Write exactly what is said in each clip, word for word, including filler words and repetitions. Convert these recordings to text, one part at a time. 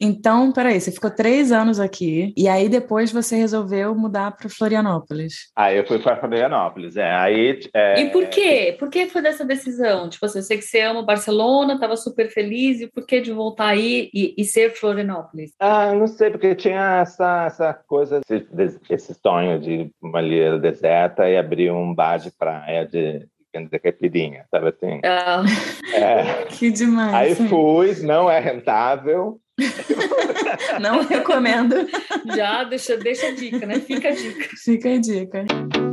Então, peraí, você ficou três anos aqui e aí depois você resolveu mudar para Florianópolis. Aí eu fui para Florianópolis, é. Aí, é... E por quê? Por que foi dessa decisão? Tipo assim, eu sei que você ama Barcelona, estava super feliz, e por que de voltar aí e, e ser Florianópolis? Ah, não sei, porque tinha essa, essa coisa, esse, esse sonho de uma ilha deserta e abrir um bar de praia de de caipirinha, sabe assim? Ah. É. Que demais. Aí sim. fui, não é rentável. Não recomendo. Já, deixa, deixa a dica, né? Fica a dica. Fica a dica.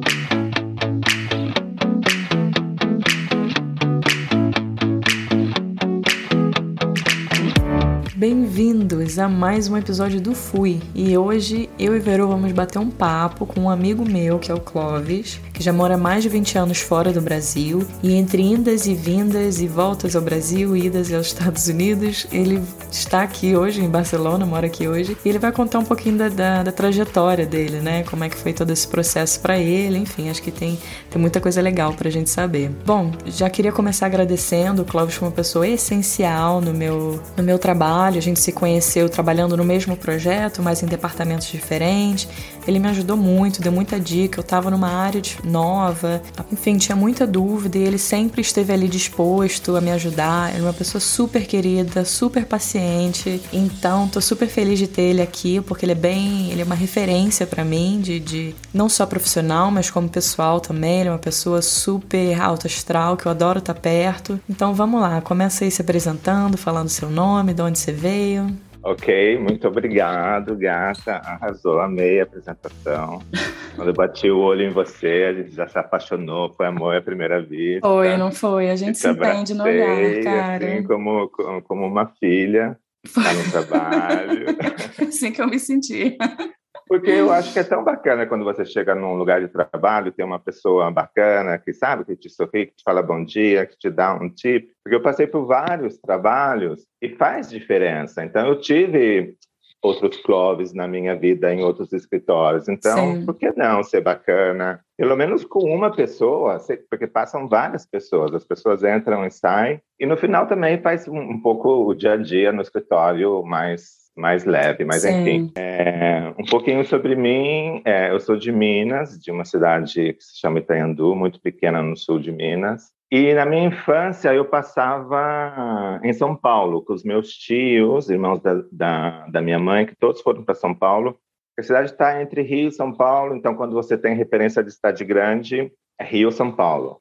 Bem-vindos a mais um episódio do Fui. E hoje eu e Verô vamos bater um papo com um amigo meu, que é o Clóvis, que já mora há mais de vinte anos fora do Brasil. E entre indas e vindas e voltas ao Brasil, idas aos Estados Unidos, ele está aqui hoje em Barcelona, mora aqui hoje. E ele vai contar um pouquinho da, da, da trajetória dele, né? Como é que foi todo esse processo para ele. Enfim, acho que tem, tem muita coisa legal pra gente saber. Bom, já queria começar agradecendo. O Clóvis foi uma pessoa essencial no meu, no meu trabalho. A gente se conheceu trabalhando no mesmo projeto, mas em departamentos diferentes. Ele me ajudou muito, deu muita dica. Eu estava numa área nova, enfim, tinha muita dúvida e ele sempre esteve ali disposto a me ajudar. Ele é uma pessoa super querida, super paciente. Então, tô super feliz de ter ele aqui, porque ele é bem, ele é uma referência para mim, de, de não só profissional, mas como pessoal também. Ele é uma pessoa super alto astral, que eu adoro estar perto. Então, vamos lá, começa aí se apresentando, falando seu nome, de onde você veio. Ok, muito obrigado, gata. Arrasou, amei a apresentação. Quando eu bati o olho em você, a gente já se apaixonou, foi amor à primeira vista. Foi, não foi? A gente se entende no olhar, cara. Assim, como, como uma filha, tá no trabalho. Assim que eu me senti. Porque eu acho que é tão bacana quando você chega num lugar de trabalho, tem uma pessoa bacana que sabe, que te sorri, que te fala bom dia, que te dá um tip. Porque eu passei por vários trabalhos e faz diferença. Então, eu tive outros Clóvis na minha vida em outros escritórios. Então, Sim. por que não ser bacana? Pelo menos com uma pessoa, porque passam várias pessoas. As pessoas entram e saem. E no final também faz um, um pouco o dia a dia no escritório mais... mais leve, mas Sim. enfim. É, um pouquinho sobre mim, é, eu sou de Minas, de uma cidade que se chama Itanhandu, muito pequena no sul de Minas. E na minha infância eu passava em São Paulo com os meus tios, irmãos da, da, da minha mãe, que todos foram para São Paulo. A cidade está entre Rio e São Paulo, então quando você tem referência de cidade grande, é Rio, São Paulo.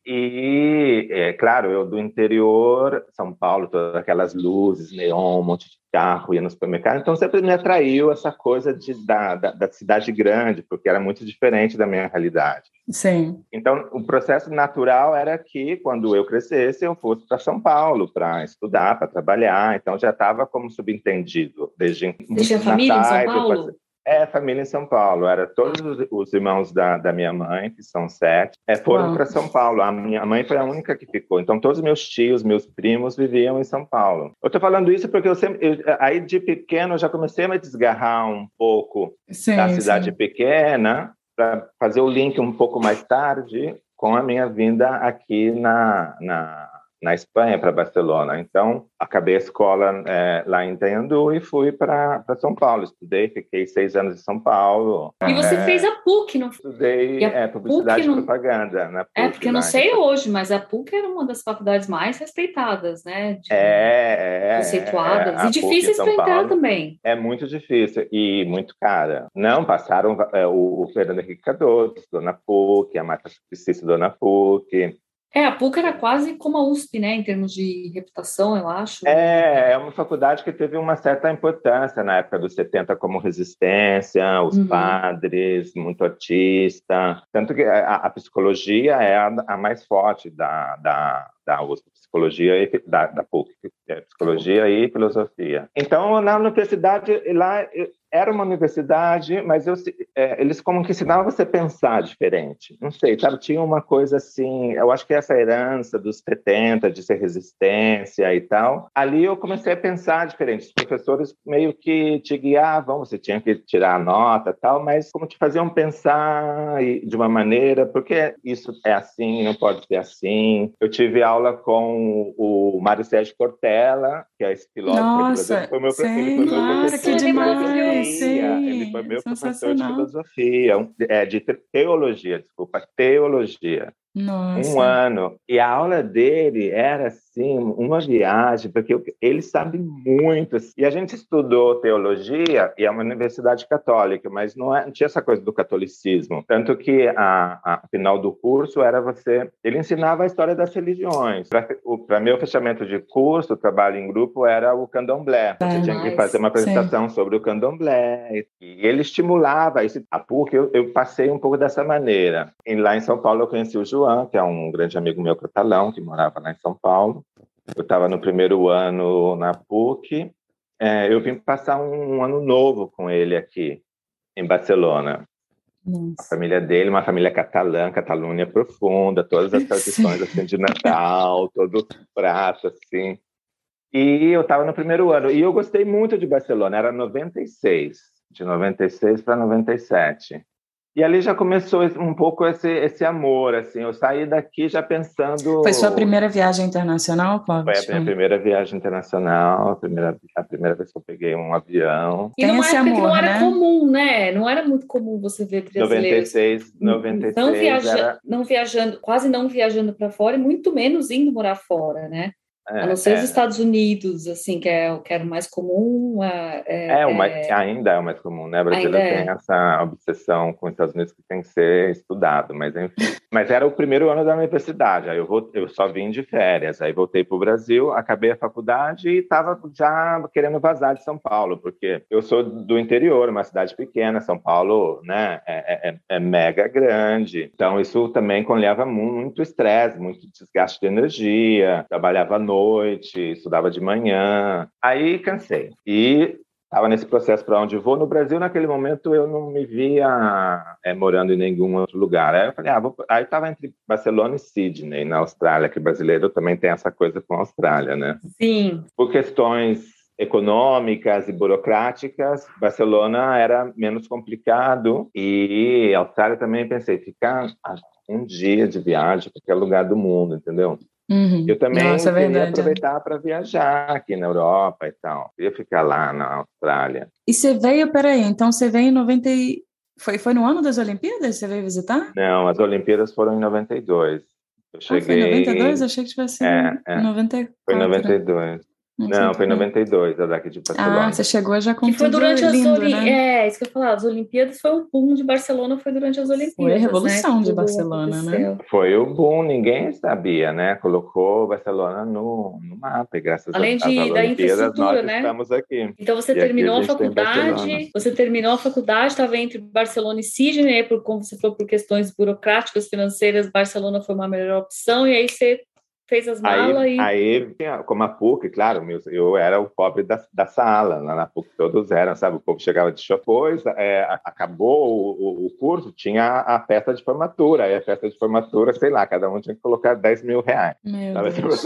E, é claro, eu do interior, São Paulo, todas aquelas luzes, neon, um monte de carro, ia no supermercado. Então, sempre me atraiu essa coisa de, da, da, da cidade grande, porque era muito diferente da minha realidade. Sim. Então, o processo natural era que, quando eu crescesse, eu fosse para São Paulo para estudar, para trabalhar. Então, já estava como subentendido. Desde Você tinha família em São Paulo? É, família em São Paulo. Era todos os, os irmãos da, da minha mãe, que são sete, é, foram para São Paulo. A minha mãe foi a única que ficou. Então, todos os meus tios, meus primos viviam em São Paulo. Eu estou falando isso porque eu sempre... Eu, aí, de pequeno, eu já comecei a me desgarrar um pouco sim, da cidade sim. pequena para fazer o link um pouco mais tarde com a minha vinda aqui na... na na Espanha, para Barcelona. Então, acabei a escola é, lá em Itanhandu e fui para São Paulo. Estudei, fiquei seis anos em São Paulo. E você é, fez a PUC, não foi? Estudei é, publicidade e não... propaganda. Na PUC, é, porque eu não sei hoje, mas a PUC era uma das faculdades mais respeitadas, né? De... É, é. Conceituadas. É, e difíceis para entrar também. É muito difícil e muito cara. Não, passaram é, o, o Fernando Henrique Cardoso, estudou na PUC, a Marta Suplicy estudou na PUC. É, a PUC era quase como a U S P, né, em termos de reputação, eu acho. É, é uma faculdade que teve uma certa importância na época dos setenta, como Resistência, os uhum. padres, muito artista. Tanto que a, a psicologia é a, a mais forte da, da, da U S P, psicologia e da, da PUC, é psicologia e filosofia. Então, na universidade, lá, eu, era uma universidade, mas eu, é, eles como que ensinavam você a pensar diferente. Não sei, sabe? Tinha uma coisa assim, eu acho que essa herança dos setenta, de ser resistência e tal, ali eu comecei a pensar diferente. Os professores meio que te guiavam, você tinha que tirar a nota e tal, mas como te faziam pensar de uma maneira, porque isso é assim, não pode ser assim. Eu tive aula com o Mário Sérgio Cortella, que é esse filósofo aqui brasileiro. Nossa, Foi meu, sim, ele foi meu claro, professor que de demais, filosofia. Ele foi sim, meu professor de sensacional. filosofia, um, é, de teologia, desculpa, teologia. Um Nossa. ano. E a aula dele era, assim, uma viagem, porque ele sabe muito. Assim. E a gente estudou teologia, e é uma universidade católica, mas não, é, não tinha essa coisa do catolicismo. Tanto que a, a final do curso era você... Ele ensinava a história das religiões. Para mim, o fechamento de curso, o trabalho em grupo, era o candomblé. Você tinha que fazer uma apresentação Sim. sobre o candomblé. E ele estimulava isso. A P U C, eu, eu passei um pouco dessa maneira. E lá em São Paulo, eu conheci o João, que é um grande amigo meu catalão, que morava lá em São Paulo. Eu estava no primeiro ano na P U C. É, eu vim passar um ano novo com ele aqui, em Barcelona. Nossa. A família dele, uma família catalã, Catalunha profunda, todas as tradições assim, de Natal, todo prato, assim. E eu estava no primeiro ano. E eu gostei muito de Barcelona, era noventa e seis, de noventa e seis para noventa e sete. E ali já começou um pouco esse, esse amor, assim. Eu saí daqui já pensando... Foi sua primeira viagem internacional, Clóvis? Foi a minha primeira viagem internacional, a primeira, a primeira vez que eu peguei um avião. E Tem numa esse época amor, que não era né? comum, né? Não era muito comum você ver brasileiros... noventa e seis, noventa e seis não, viaja, era... não viajando, quase não viajando para fora e muito menos indo morar fora, né? É, a não ser é. os Estados Unidos, assim, que é, que era o mais comum. É, é, o mais, é, ainda é o mais comum, né? O brasileiro é. tem essa obsessão com os Estados Unidos que tem que ser estudado, mas enfim. Mas era o primeiro ano da universidade, aí eu, vou, eu só vim de férias, aí voltei para o Brasil, acabei a faculdade e estava já querendo vazar de São Paulo, porque eu sou do interior, uma cidade pequena, São Paulo, né, é, é, é mega grande, então isso também colheva muito estresse, muito desgaste de energia, trabalhava à noite, estudava de manhã, aí cansei. E estava nesse processo para onde vou. No Brasil, naquele momento, eu não me via é, morando em nenhum outro lugar. Aí eu falei, ah, vou... aí estava entre Barcelona e Sydney, na Austrália, que brasileiro também tem essa coisa com a Austrália, né? Sim. Por questões econômicas e burocráticas, Barcelona era menos complicado e a Austrália também pensei, ficar um dia de viagem para qualquer lugar do mundo, entendeu? Uhum. Eu também Nossa, é queria verdade, aproveitar para viajar aqui na Europa e tal. Eu ia ficar lá na Austrália. E você veio, peraí, então você veio em noventa e... Foi, foi no ano das Olimpíadas? Você veio visitar? Não, as Olimpíadas foram em noventa e dois. Eu cheguei... Ah, foi em noventa e dois? Achei que tivesse sido é, é. em noventa e quatro. Foi em noventa e dois. Não, não foi em noventa e dois, a daqui de Barcelona. Ah, você chegou já com que foi tudo durante lindo, as Oli... né? É, isso que eu ia falar, as Olimpíadas foi o boom de Barcelona, foi durante as Olimpíadas, Foi a revolução né? de Barcelona, né? Foi o boom, ninguém sabia, né? Colocou Barcelona no, no mapa e graças Além às de, da Olimpíadas nós né? estamos aqui. Então você e terminou a, a faculdade, você terminou a faculdade, estava entre Barcelona e Sydney, por, como você falou, por questões burocráticas, financeiras, Barcelona foi uma melhor opção, e aí você fez as malas aí, e... Aí, como a P U C, claro, eu era o pobre da, da sala, lá na P U C todos eram, sabe? O povo chegava de depois, é, acabou o, o curso, tinha a festa de formatura, aí a festa de formatura, sei lá, cada um tinha que colocar dez mil reais. Meu sabe? Deus.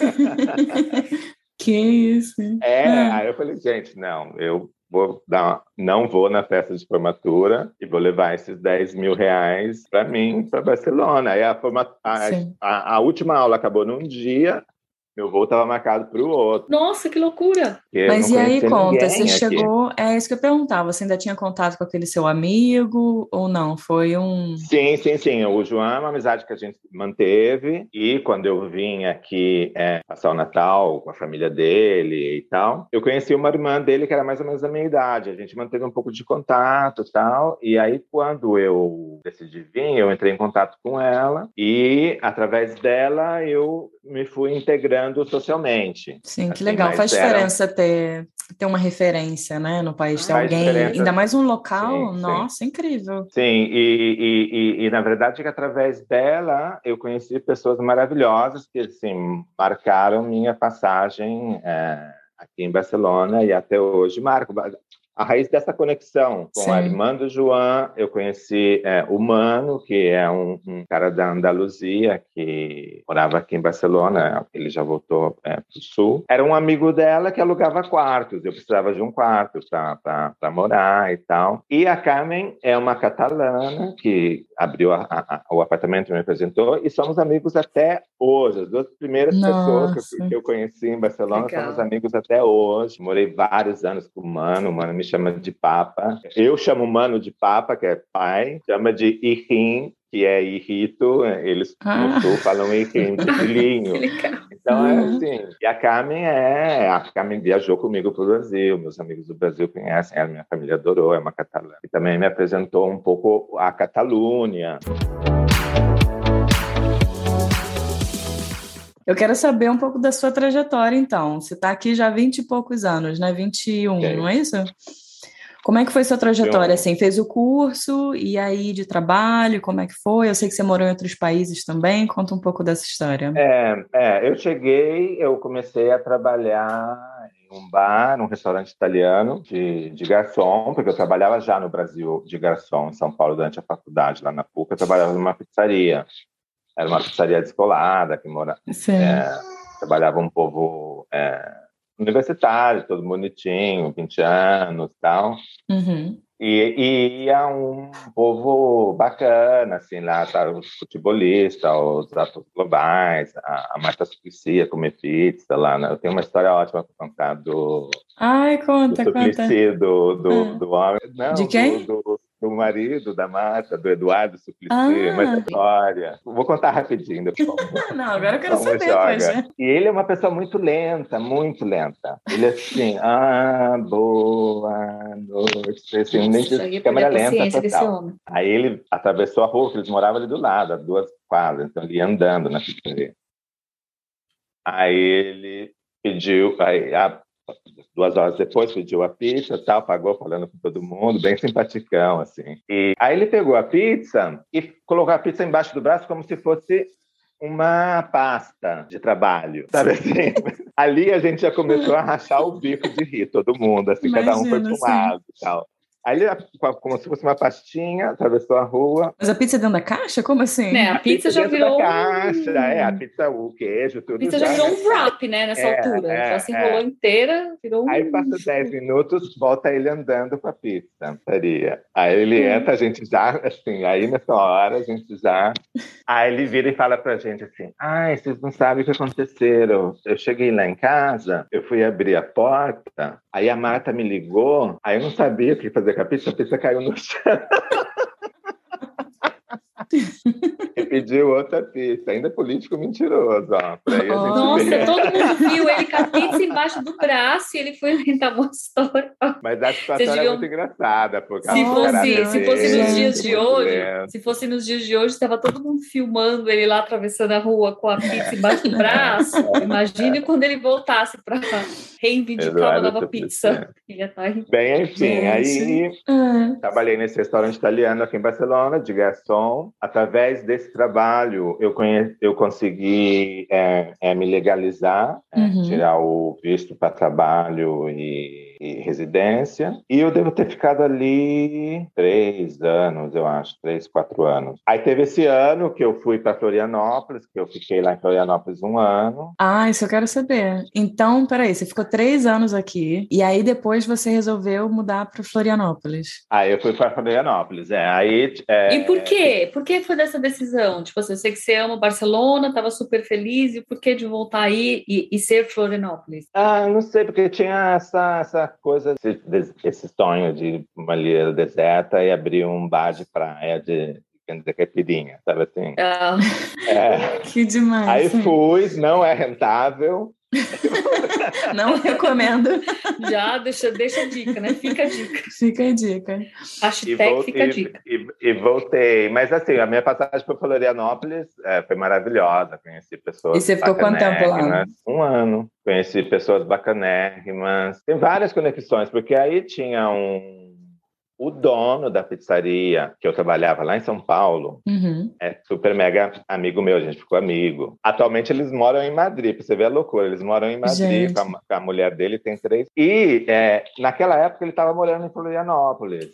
Que isso? É, ah. Aí eu falei, gente, não, eu vou dar, não vou na festa de formatura e vou levar esses dez mil reais para mim, para Barcelona. Aí a, a, a, a última aula acabou num dia, meu voo estava marcado para o outro. Nossa, que loucura! Mas e aí, conta, você chegou... Aqui. É isso que eu perguntava, você ainda tinha contato com aquele seu amigo ou não? Foi um... Sim, sim, sim. O João é uma amizade que a gente manteve e quando eu vim aqui é, passar o Natal com a família dele e tal, eu conheci uma irmã dele que era mais ou menos da minha idade. A gente manteve um pouco de contato e tal. E aí, quando eu decidi vir, eu entrei em contato com ela e, através dela, eu me fui integrando socialmente. Sim, que assim, legal. Faz era... diferença ter, ter uma referência, né, no país, ter Faz alguém, diferença. ainda mais um local, Sim, nossa, sim. incrível. Sim, e, e, e, e na verdade que através dela eu conheci pessoas maravilhosas que assim, marcaram minha passagem é, aqui em Barcelona e até hoje marco. a raiz dessa conexão com Sim. a irmã do João. Eu conheci é, o Mano, que é um, um cara da Andaluzia, que morava aqui em Barcelona, ele já voltou é, para o sul. Era um amigo dela que alugava quartos, eu precisava de um quarto para morar e tal. E a Carmen é uma catalana que abriu a, a, o apartamento e me apresentou, e somos amigos até hoje. As duas primeiras Nossa. pessoas que eu, que eu conheci em Barcelona Legal. somos amigos até hoje. Morei vários anos com o Mano, o Mano me chama de Papa. Eu chamo o Mano de Papa, que é pai, chama de Irim, que é irrito, eles Ah. no sul falam Irim, de filhinho. Então é assim. E a Carmen é, a Carmen viajou comigo para o Brasil, meus amigos do Brasil conhecem, a minha família adorou, é uma catalã. E também me apresentou um pouco a Catalunha. Eu quero saber um pouco da sua trajetória, então. Você está aqui já há vinte e poucos anos, né? vinte e um, Okay. Não é isso? Como é que foi sua trajetória? Assim, fez o curso e aí de trabalho, como é que foi? Eu sei que você morou em outros países também. Conta um pouco dessa história. É, é, eu cheguei, eu comecei a trabalhar em um bar, num restaurante italiano de, de garçom, porque eu trabalhava já no Brasil de garçom, em São Paulo, durante a faculdade, lá na PUC, eu trabalhava numa pizzaria. Era uma pizzaria descolada, que mora, é, trabalhava um povo é, universitário, todo bonitinho, vinte anos e tal. Uhum. E, e ia um povo bacana, assim, lá, sabe, os futebolistas, os atores globais, a, a Marta Suplicy ia comer pizza lá, né? Eu tenho uma história ótima para contar do, Ai, conta, do Suplicy, conta. do, do, Ah. do homem. Não, De quem? Do, do, do marido da Marta, do Eduardo Suplicy, Ah. uma história. Vou contar rapidinho. Depois. Não, agora eu quero Vamos saber, joga. poxa. E ele é uma pessoa muito lenta, muito lenta. Ele é assim, ah, boa noite. Assim, Nossa, de câmera lenta total. homem. Aí ele atravessou a rua, porque eles moravam ali do lado, a duas quadras, então ele ia andando na pizzaria. Aí ele pediu, aí, a, duas horas depois pediu a pizza, tal, pagou falando com todo mundo, bem simpaticão, assim. E aí ele pegou a pizza e colocou a pizza embaixo do braço como se fosse uma pasta de trabalho, sabe assim? Ali a gente já começou a rachar o bico de rir, todo mundo, assim, Imagina, cada um foi para um lado e tal. Aí ele, como se fosse uma pastinha, atravessou a rua. Mas a pizza dentro da caixa? Como assim? Né, a, a pizza, pizza já dentro virou... da caixa, é, a pizza, o queijo, tudo. A pizza já, já virou um wrap, né, nessa é, altura. É, já se enrolou é. inteira, virou um... Aí passa dez minutos, volta ele andando com a pizza, seria. Aí ele entra, a gente já, assim, aí nessa hora a gente já... Aí ele vira e fala pra gente assim, ai, vocês não sabem o que aconteceu. Eu cheguei lá em casa, eu fui abrir a porta, aí a Marta me ligou, aí eu não sabia o que fazer com a pizza, a pizza caiu no chão. E pediu outra pizza, ainda político mentiroso, ó. Aí a gente Nossa, vê. Todo mundo viu ele com a pizza embaixo do braço e ele foi inventar uma história. Mas a situação deviam... era muito engraçada. Por se fosse, se fosse nos dias de hoje, lento. se fosse nos dias de hoje, estava todo mundo filmando ele lá atravessando a rua com a pizza embaixo do braço. Imagine quando ele voltasse para reivindicar Eduardo uma nova pizza. Ia estar... Bem, enfim, aí uhum. trabalhei nesse restaurante italiano aqui em Barcelona, de garçom. Através desse trabalho, eu, conhe... eu consegui é, é, me legalizar, uhum. é, tirar o visto para trabalho e, e residência. E eu devo ter ficado ali três anos, eu acho, três, quatro anos. Aí teve esse ano que eu fui para Florianópolis, que eu fiquei lá em Florianópolis um ano. Ah, isso eu quero saber. Então, peraí, você ficou três anos aqui, e aí depois você resolveu mudar para Florianópolis. Aí eu fui para Florianópolis, é. Aí, é... E por quê? Por que foi dessa decisão? Tipo assim, eu sei que você ama Barcelona, estava super feliz, e por que de voltar aí e, e ser Florianópolis? Ah, não sei, porque tinha essa, essa coisa, esse, esse sonho de uma ilha deserta e abrir um bar de praia de... de caipirinha, sabe assim? Ah. É. Que demais. Aí fui, não é rentável. Não recomendo. Já, deixa, deixa a dica, né? Fica a dica. Fica a dica. Hashtag fica a dica. E, e, e voltei. Mas assim, a minha passagem por Florianópolis é, foi maravilhosa. Conheci pessoas E você ficou quanto tempo lá? Um ano. Conheci pessoas bacanérrimas. Tem várias conexões, porque aí tinha um... O dono da pizzaria que eu trabalhava lá em São Paulo uhum. é super mega amigo meu, a gente ficou amigo. Atualmente eles moram em Madrid, pra você ver a loucura, eles moram em Madrid com a, com a mulher dele, tem três. E é, naquela época ele estava morando em Florianópolis.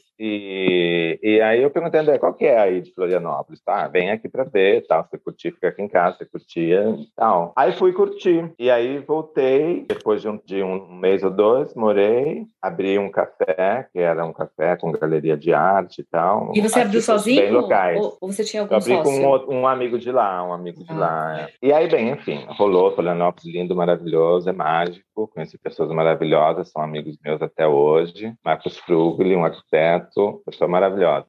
E, e aí eu perguntei, André, qual que é aí de Florianópolis? Tá, vem aqui pra ver, tal, você curtir, fica aqui em casa, você curtia e tal. Aí fui curtir. E aí voltei, depois de um, de um mês ou dois, morei, abri um café, que era um café com galeria de arte e tal. E você abriu sozinho? Bem locais. Ou, ou você tinha algum eu abri sócio? com um, um amigo de lá, um amigo de ah. lá. É. E aí, bem, enfim, rolou, Florianópolis lindo, maravilhoso, é mágico, conheci pessoas maravilhosas, são amigos meus até hoje. Marcos Frugli, um arquiteto, pessoa maravilhosa.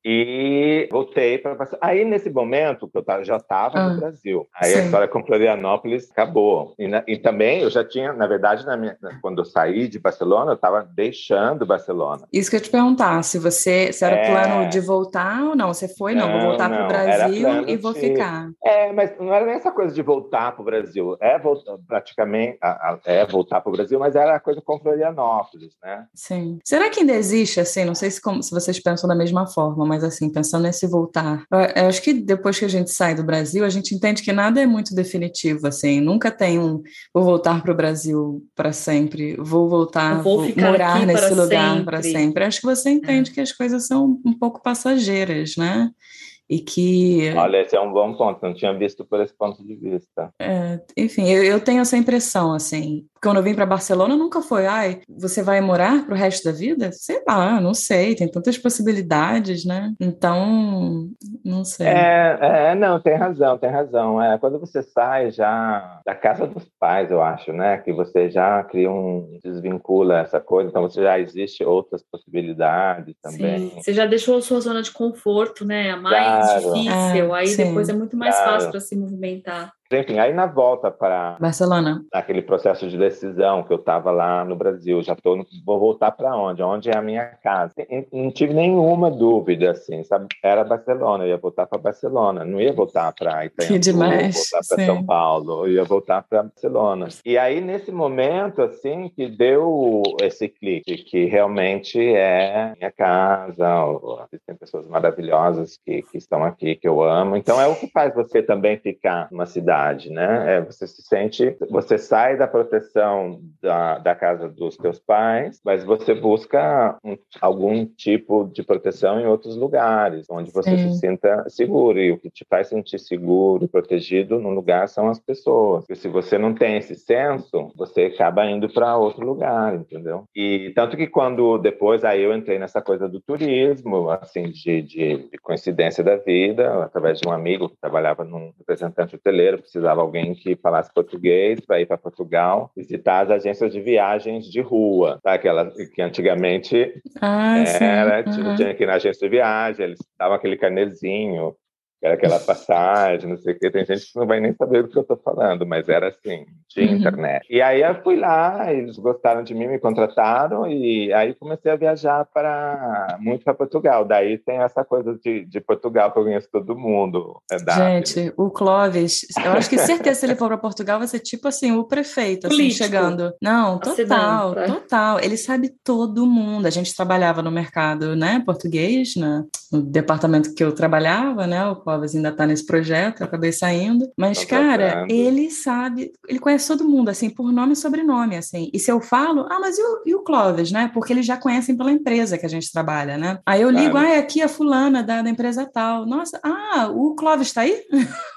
E voltei para... Aí, nesse momento, que eu já estava ah, no Brasil, aí sim. A história com Florianópolis acabou. E, na, e também, eu já tinha, na verdade, na minha, quando eu saí de Barcelona, eu estava deixando Barcelona. Isso que eu te perguntar, se você se era é... plano de voltar ou não. Você foi, não, não vou voltar para o Brasil e vou de... ficar. É, mas não era nem essa coisa de voltar para o Brasil. É voltar, praticamente, é voltar para o Brasil, mas era a coisa com Florianópolis, né? Sim. Será que ainda existe, assim, não sei se, como, se vocês pensam da mesma forma, mas assim, pensando nesse voltar, eu, eu acho que depois que a gente sai do Brasil, a gente entende que nada é muito definitivo, assim, nunca tem um, vou voltar para o Brasil para sempre, vou voltar, vou, vou morar nesse lugar para sempre. sempre. Acho que você entende é. que as coisas são um pouco passageiras, né? E que... Olha, esse é um bom ponto, não tinha visto por esse ponto de vista. É, enfim, eu, eu tenho essa impressão, assim, quando eu vim para Barcelona nunca foi, ai, você vai morar para o resto da vida? Sei lá, não sei, tem tantas possibilidades, né? Então, não sei. É, é não, tem razão, tem razão. É, quando você sai já da casa dos pais, eu acho, né, que você já cria um, desvincula essa coisa, então você já existe outras possibilidades também. Sim, você já deixou a sua zona de conforto, né, a mais claro. difícil, é, aí sim. Depois é muito mais claro. fácil para se movimentar. Enfim, aí na volta para Barcelona, naquele processo de decisão que eu estava lá no Brasil, já tô, vou voltar para onde? Onde é a minha casa? Não, não tive nenhuma dúvida, assim, sabe? Era Barcelona, eu ia voltar para Barcelona, não ia voltar para Itaiabu, que demais, voltar para São Paulo, eu ia voltar para Barcelona. E aí nesse momento, assim, que deu esse clique, que realmente é minha casa, tem pessoas maravilhosas que, que estão aqui, que eu amo. Então é o que faz você também ficar numa cidade. Né? É, você se sente, você sai da proteção da, da casa dos teus pais, mas você busca um, algum tipo de proteção em outros lugares, onde você Sim. se sinta seguro, e o que te faz sentir seguro e protegido no lugar são as pessoas. Porque se você não tem esse senso, você acaba indo para outro lugar, entendeu? E tanto que quando depois aí eu entrei nessa coisa do turismo, assim, de, de, de coincidência da vida, através de um amigo que trabalhava num representante hoteleiro, precisava alguém que falasse português para ir para Portugal, visitar as agências de viagens de rua, tá? Aquelas que antigamente ah, era, sim. Uhum. tinha que ir na agência de viagem, eles davam aquele carnezinho, era aquela passagem, não sei o quê. Tem gente que não vai nem saber do que eu estou falando, mas era assim, de uhum. internet. E aí eu fui lá, eles gostaram de mim, me contrataram, e aí comecei a viajar para muito para Portugal. Daí tem essa coisa de, de Portugal, que eu conheço todo mundo. É gente, o Clóvis, eu acho que certeza se ele for para Portugal vai ser tipo assim, o prefeito, assim, Político. chegando. Não, total, Assinando, total. Ele sabe todo mundo. A gente trabalhava no mercado, né, português, né, no departamento que eu trabalhava, né, o Clóvis ainda está nesse projeto, eu acabei saindo. Mas, Tô cara, tratando. ele sabe, ele conhece todo mundo, assim, por nome e sobrenome, assim. E se eu falo, ah, mas e o, e o Clóvis, né? Porque eles já conhecem pela empresa que a gente trabalha, né? Aí eu ligo, claro. ah, é aqui a fulana da, da empresa tal. Nossa, ah, o Clóvis tá aí?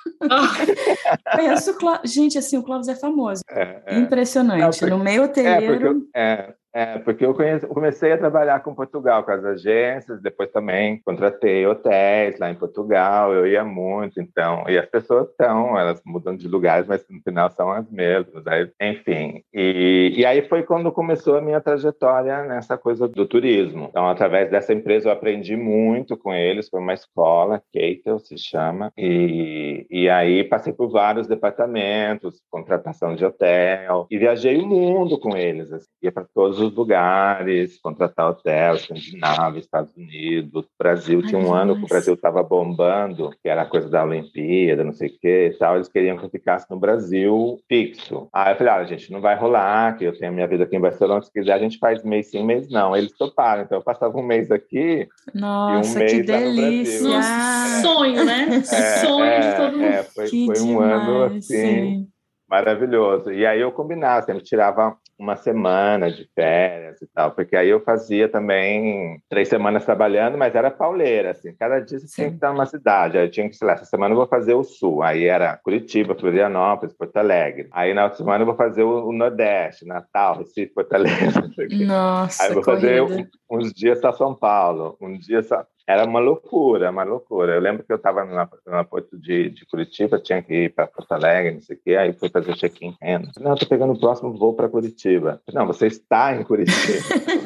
Conheço o Clóvis. Gente, assim, o Clóvis é famoso. É, é. Impressionante. Não, porque, no meio hoteleiro... É, porque eu, é, É, porque eu conheço, comecei a trabalhar com Portugal, com as agências, depois também contratei hotéis lá em Portugal, eu ia muito, então, e as pessoas estão, elas mudam de lugares, mas no final são as mesmas, aí, enfim. E, e aí foi quando começou a minha trajetória nessa coisa do turismo. Então, através dessa empresa eu aprendi muito com eles, foi uma escola, Keitel se chama, e, e aí passei por vários departamentos, contratação de hotel, e viajei o mundo com eles, assim, ia para todos os lugares, contratar hotel, Escandinávia, Estados Unidos, Brasil. Ai, tinha um ano que o Brasil estava bombando, que era a coisa da Olimpíada, não sei o que e tal. Eles queriam que eu ficasse no Brasil fixo. Aí eu falei, ah, gente, não vai rolar, que eu tenho minha vida aqui em Barcelona, se quiser a gente faz mês sim, mês não. Eles toparam, então eu passava um mês aqui. Nossa, e um mês que delícia! Nossa, sonho, né? É, sonho é, de todo mundo. É, foi, que foi um demais, ano assim, sim. maravilhoso. E aí eu combinava, sempre tirava uma semana de férias e tal, porque aí eu fazia também três semanas trabalhando, mas era pauleira, assim, cada dia você tinha que estar numa cidade. Aí eu tinha que, sei lá, essa semana eu vou fazer o Sul, aí era Curitiba, Florianópolis, Porto Alegre. Aí na outra semana eu vou fazer o, o Nordeste, Natal, Recife, Porto Alegre, não sei o quê. Nossa, aí eu vou corrida. fazer um, uns dias só São Paulo, um dia só... Era uma loucura, uma loucura. Eu lembro que eu estava no aeroporto de, de Curitiba, tinha que ir para Porto Alegre, não sei o quê, aí fui fazer check-in em Rennes. Não, estou pegando o próximo voo para Curitiba. Não, você está em Curitiba.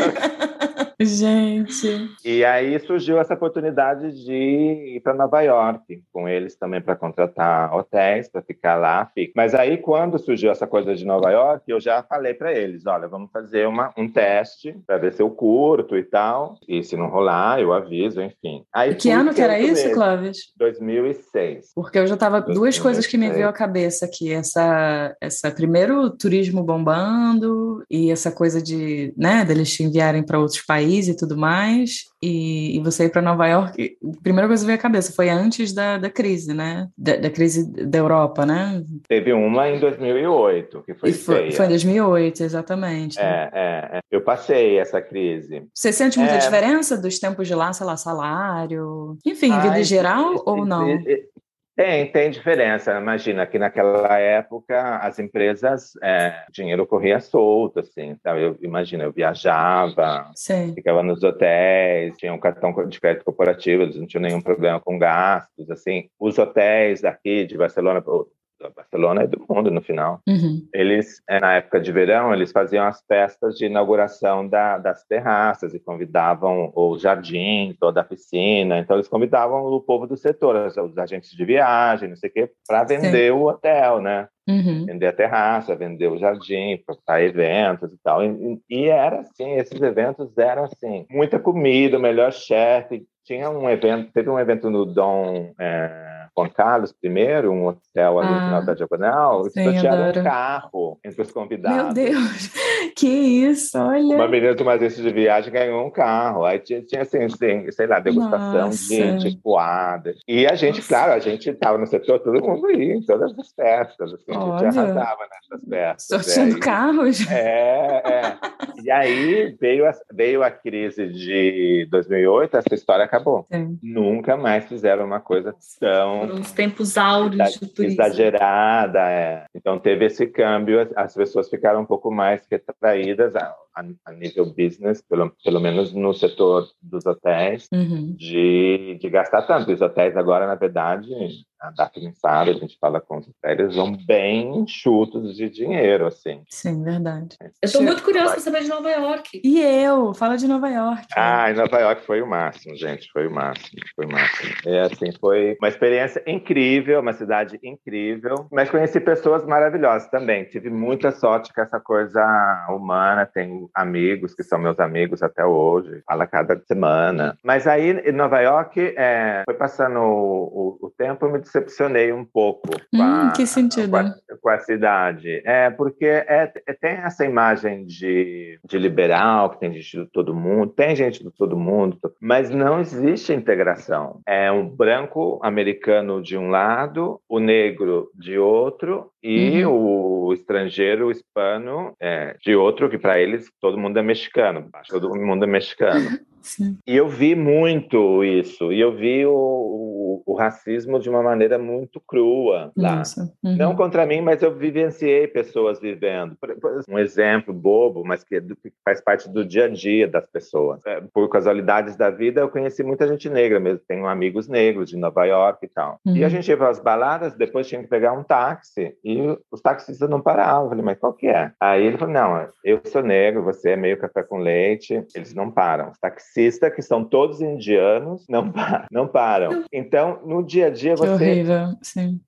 Gente. E aí surgiu essa oportunidade de ir para Nova York, com eles também para contratar hotéis, para ficar lá. Fica. Mas aí, quando surgiu essa coisa de Nova York, eu já falei para eles, olha, vamos fazer uma, um teste para ver se eu curto e tal. E se não rolar, eu aviso, enfim. Aí, e que ano que era isso, mesmo, Clóvis? dois mil e seis. Porque eu já tava... Duas coisas que me veio à cabeça aqui. Essa, essa primeiro, turismo bombando e essa coisa de, né, deles te enviarem para outros países e tudo mais, e, e você ir para Nova York, a primeira coisa que veio à cabeça foi antes da, da crise, né? Da, da crise da Europa, né? Teve uma em dois mil e oito, que foi, e foi feia. Foi em dois mil e oito, exatamente. É, é, é. Eu passei essa crise. Você sente muita é... diferença dos tempos de lá, sei lá, salário, enfim, ah, vida geral, existe, ou não? Tem, tem diferença. Imagina que naquela época as empresas, é, dinheiro corria solto, assim, sabe? Eu imagina, eu viajava, Sim. ficava nos hotéis, tinha um cartão de crédito corporativo, eles não tinham nenhum problema com gastos, assim. Os hotéis daqui de Barcelona, Barcelona é do mundo no final. Uhum. Eles, na época de verão, eles faziam as festas de inauguração da, das terraças e convidavam o jardim, toda a piscina. Então, eles convidavam o povo do setor, os agentes de viagem, não sei o quê, para vender Sim. o hotel, né? Uhum. Vender a terraça, vender o jardim, para eventos e tal. E, e era assim, esses eventos eram assim, muita comida, o melhor chefe. Tinha um evento, teve um evento no Dom é, Juan Carlos I, um hotel ali ah, no final da Diagonal, que sortearam um carro entre os convidados. Meu Deus, que isso, olha. Uma menina de uma agência de viagem ganhou um carro, aí tinha, tinha assim, assim, sei lá, degustação de, de coada. E a gente, Nossa. claro, a gente estava no setor, todo mundo ia em todas as festas, assim, a gente arrasava nessas festas. Sorteando carros? É, é. E aí veio a, veio a crise de dois mil e oito, essa história acabou. Sim. Nunca mais fizeram uma coisa tão... Foram os tempos áureos de turismo. Exagerada, é. Então teve esse câmbio, as pessoas ficaram um pouco mais retraídas a, a, a nível business, pelo, pelo menos no setor dos hotéis, uhum. de, de gastar tanto. Os hotéis agora, na verdade... A Daphne nem sabe, a gente fala com os hotéis, vão bem enxutos de dinheiro, assim. Sim, verdade. Eu estou muito curiosa para saber de Nova York. E eu? Fala de Nova York. Ah, em Nova York foi o máximo, gente, foi o máximo, foi o máximo. É, assim, foi uma experiência incrível, uma cidade incrível, mas conheci pessoas maravilhosas também. Tive muita sorte com essa coisa humana, tenho amigos que são meus amigos até hoje, fala cada semana. Mas aí, em Nova York, é, foi passando o, o, o tempo, eu me decepcionei um pouco com, hum, a, que sentido? Com, a, com a cidade. É, porque é, é, tem essa imagem de, de liberal, que tem gente de todo mundo, tem gente de todo mundo, mas não existe integração. É um branco americano de um lado, o negro de outro, e uhum. o estrangeiro, o hispano, é, de outro, que para eles todo mundo é mexicano, todo mundo é mexicano. Sim. E eu vi muito isso, e eu vi o, o, o racismo de uma maneira muito crua lá. Uhum. Não contra mim, mas eu vivenciei pessoas vivendo. Um exemplo bobo, mas que faz parte do dia a dia das pessoas. Por casualidades da vida, eu conheci muita gente negra mesmo. Tenho amigos negros de Nova York e tal. Uhum. E a gente ia para as baladas, depois tinha que pegar um táxi, e os taxistas não paravam. Eu falei, mas qual que é? Aí ele falou, não, eu sou negro, você é meio café com leite. Eles não param. Os taxistas, que são todos indianos, não param. Não param. Então, no dia a dia, que você... horrível. Sim.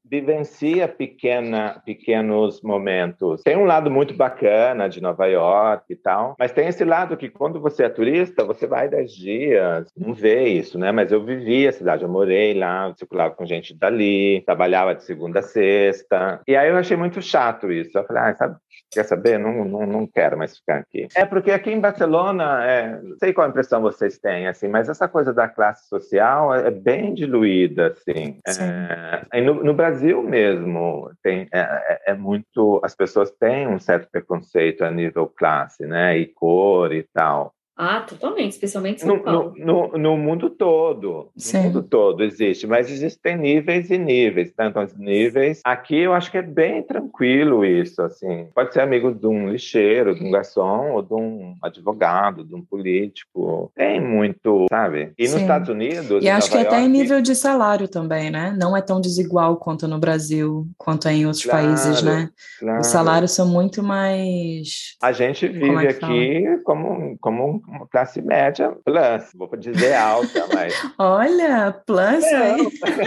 vivencia pequena, pequenos momentos. Tem um lado muito bacana de Nova York e tal, mas tem esse lado que quando você é turista, você vai dez dias, não vê isso, né? Mas eu vivi a cidade, eu morei lá, circulava com gente dali, trabalhava de segunda a sexta, e aí eu achei muito chato isso. Eu falei, ah, sabe, quer saber? Não, não, não quero mais ficar aqui. É porque aqui em Barcelona, é, não sei qual a impressão vocês têm, assim, mas essa coisa da classe social é bem diluída, assim. É, no, no Brasil mesmo, tem, é, é muito... As pessoas têm um certo preconceito a nível classe, né? E cor e tal. Ah, totalmente, especialmente em São no, Paulo. No, no, no mundo todo, Sim. no mundo todo existe, mas existem níveis e níveis, né? Então, níveis. Aqui eu acho que é bem tranquilo isso, assim. Pode ser amigo de um lixeiro, de um garçom, ou de um advogado, de um político. Tem muito, sabe? E Sim. nos Estados Unidos, e acho Nova que até York, em nível de salário também, né? Não é tão desigual quanto no Brasil, quanto é em outros claro, países, né? Claro. Os salários são muito mais... A gente vive é aqui como, como uma classe média plus, vou dizer alta, mas... Olha, plus aí.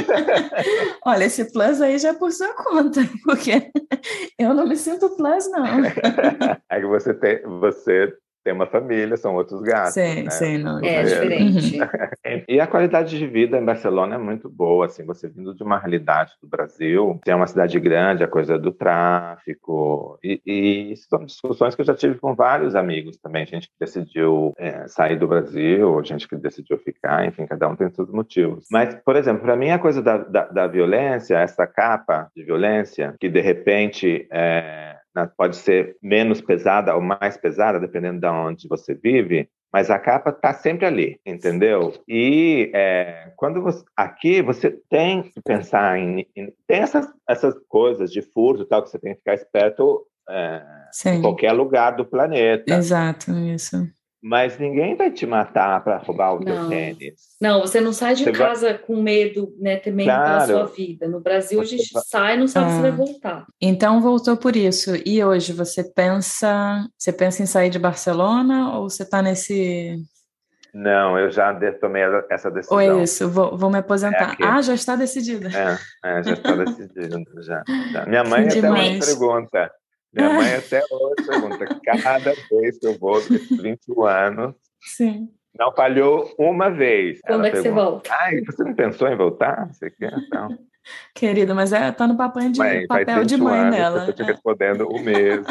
Olha, esse plus aí já é por sua conta, porque eu não me sinto plus, não. É que você tem, você tem uma família, são outros gastos, Sim, né? sim, não. É diferente. Uhum. E a qualidade de vida em Barcelona é muito boa, assim, você vindo de uma realidade do Brasil, tem uma cidade grande, a coisa do tráfico, e, e isso são discussões que eu já tive com vários amigos também, gente que decidiu é, sair do Brasil, gente que decidiu ficar, enfim, cada um tem seus motivos. Mas, por exemplo, para mim a coisa da, da, da violência, essa capa de violência, que de repente... É, pode ser menos pesada ou mais pesada, dependendo de onde você vive, mas a capa está sempre ali, entendeu? E é, quando você, aqui você tem que pensar em... em tem essas, essas coisas de furto e tal, que você tem que ficar esperto é, em qualquer lugar do planeta. Exato, isso. Mas ninguém vai te matar para roubar o não. teu tênis. Não, você não sai de você casa vai... com medo, né, temendo claro. pela sua vida. No Brasil, você a gente vai... sai e não sabe ah. se vai voltar. Então, voltou por isso. E hoje, você pensa, você pensa em sair de Barcelona ou você está nesse... Não, eu já tomei essa decisão. Ou é isso, vou, vou me aposentar. É ah, já está decidida. É, é já está decidido. Já, já. Minha mãe até hoje pergunta. Minha mãe até hoje pergunta. Cada vez que eu vou, desses vinte e um anos, sim. não falhou uma vez. Quando ela é que pergunta, você volta? Ai, você não pensou em voltar? Você quer? Então... Querido, mas é, tá no papel de, mãe, papel de mãe anos dela. Eu estou te respondendo o mesmo.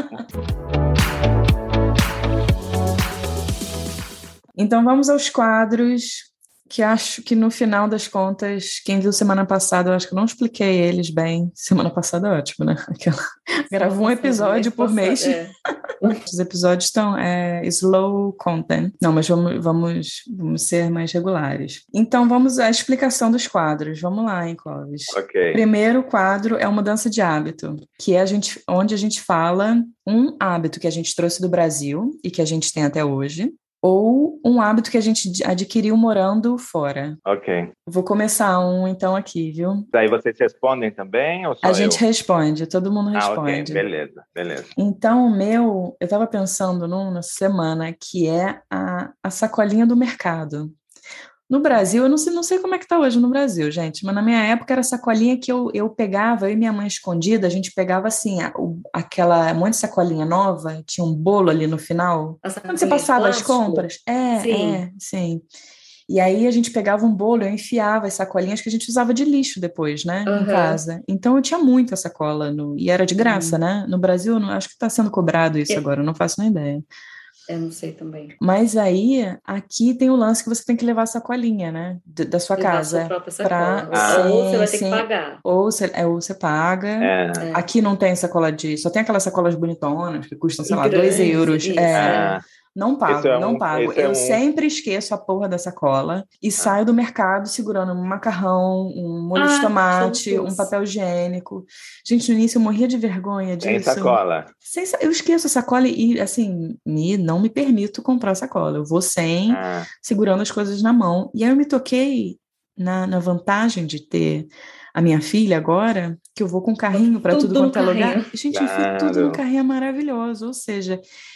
Então vamos aos quadros, que acho que no final das contas, quem viu semana passada, eu acho que eu não expliquei eles bem. Semana passada é ótimo, né? Aquela... Gravo um episódio por mês. É. Os episódios estão é, slow content. Não, mas vamos, vamos, vamos ser mais regulares. Então vamos à explicação dos quadros. Vamos lá, hein, Clóvis? Ok. Primeiro quadro é uma mudança de hábito, que é a gente, onde a gente fala um hábito que a gente trouxe do Brasil e que a gente tem até hoje, ou um hábito que a gente adquiriu morando fora. Ok. Vou começar um, então, aqui, viu? Daí vocês respondem também, ou só A gente eu? responde, todo mundo responde. Ah, ok, beleza, beleza. Então, o meu, eu estava pensando num, nessa semana, que é a, a sacolinha do mercado. No Brasil, eu não sei, não sei como é que tá hoje no Brasil, gente, mas na minha época era sacolinha que eu, eu pegava, eu e minha mãe escondida, a gente pegava assim, a, o, aquela, um monte de sacolinha nova, tinha um bolo ali no final. Quando você passava as compras. É, sim. é, sim. E aí a gente pegava um bolo, eu enfiava as sacolinhas que a gente usava de lixo depois, né, uhum. em casa. Então eu tinha muita sacola, no, e era de graça, uhum. né? No Brasil, não, acho que está sendo cobrado isso eu... agora, eu não faço nem ideia. Eu não sei também. Mas aí, aqui tem o lance que você tem que levar a sacolinha, né? D- da sua levar casa. A sua própria sacola. Pra... Ah. Ou você vai ter sim. que pagar. Ou você, é, ou você paga. É. Aqui não tem sacola de... Só tem aquelas sacolas bonitonas que custam, sei e lá, dois euros. Isso, é. Ah. Não pago, é um, não pago. Eu é um... sempre esqueço a porra da sacola e ah. saio do mercado segurando um macarrão, um molho ah, de tomate, um papel higiênico. Gente, no início eu morria de vergonha disso. Sem sacola. Sem, eu esqueço a sacola e, assim, me, não me permito comprar sacola. Eu vou sem, ah. segurando as coisas na mão. E aí eu me toquei na, na vantagem de ter a minha filha agora, que eu vou com carrinho para tudo, tudo quanto é lugar. Gente, claro. Eu fico tudo no carrinho, é maravilhoso. Ou seja...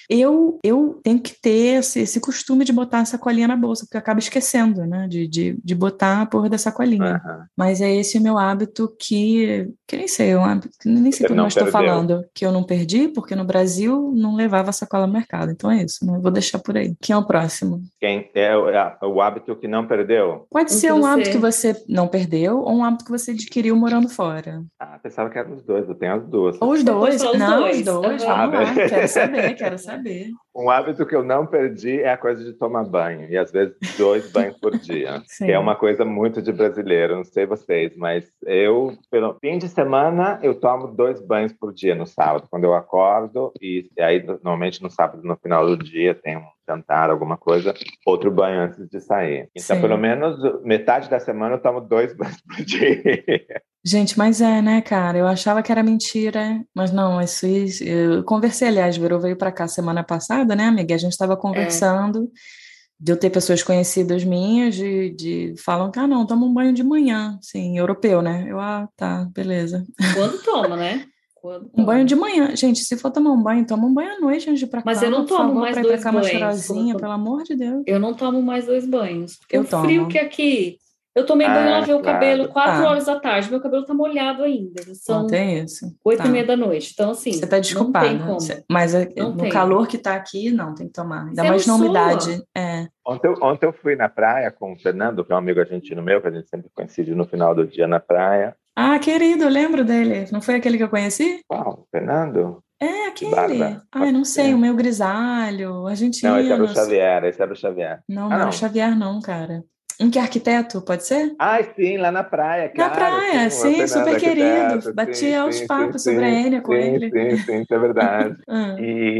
Eu, eu tenho que ter esse, esse costume de botar a sacolinha na bolsa, porque eu acabo esquecendo, né? De, de, de botar a porra da sacolinha. Uhum. Mas é esse o meu hábito que, que nem sei, é um hábito, nem sei como eu estou falando, que eu não perdi, porque no Brasil não levava sacola no mercado. Então é isso, né? Vou deixar por aí. Quem é o próximo? Quem é o, é o hábito que não perdeu? Pode ser um hábito que você não perdeu ou um hábito que você adquiriu morando fora. Ah, pensava que eram os dois, eu tenho as duas. Ou os dois? Os não, dois. os dois. Uhum. Vamos lá, quero saber, quero saber. Um hábito que eu não perdi é a coisa de tomar banho, e às vezes dois banhos por dia, Sim. que é uma coisa muito de brasileiro, não sei vocês, mas eu, pelo fim de semana, eu tomo dois banhos por dia no sábado, quando eu acordo, e aí normalmente no sábado, no final do dia, tem um jantar, alguma coisa, outro banho antes de sair. Então, Sim. pelo menos metade da semana eu tomo dois banhos por dia. Gente, mas é, né, cara? Eu achava que era mentira, mas não, isso, isso eu conversei, aliás, Verô veio pra cá semana passada, né, amiga? A gente estava conversando, é. de eu ter pessoas conhecidas minhas, de, de falam que, ah, não, toma um banho de manhã, sim, europeu, né? Eu, ah, tá, beleza. Quando toma, né? Quando um banho de manhã. Gente, se for tomar um banho, toma um banho à noite antes de ir pra Mas cama. eu não tomo favor, mais pra dois ir pra cama banhos. cheirosinha, Tô... pelo amor de Deus. Eu não tomo mais dois banhos, porque eu o tomo. frio que aqui... Eu tomei banho, ah, lavei o claro. cabelo quatro tá. horas da tarde. Meu cabelo tá molhado ainda. São não tem isso. oito tá. e meia da noite. Então, assim, você tá desculpada. não tem como. Você, mas não no tem. calor que tá aqui, não, tem que tomar. Ainda você mais na soa. umidade. É. Ontem, eu, ontem eu fui na praia com o Fernando, que é um amigo argentino meu, que a gente sempre coincide no final do dia na praia. Ah, querido, eu lembro dele. Não foi aquele que eu conheci? Qual? Fernando? É, aquele. Barba. Ai, não sei, o meu grisalho, argentino. Não, esse era o Xavier, esse era o Xavier. Não, ah, não não era o Xavier, não, cara. Um que é arquiteto, pode ser? Ah, sim, lá na praia, Na claro. praia, sim, sim super querido. Batia altos papos sim, sobre sim, a Enya com sim, ele. Sim, sim, isso é verdade. ah.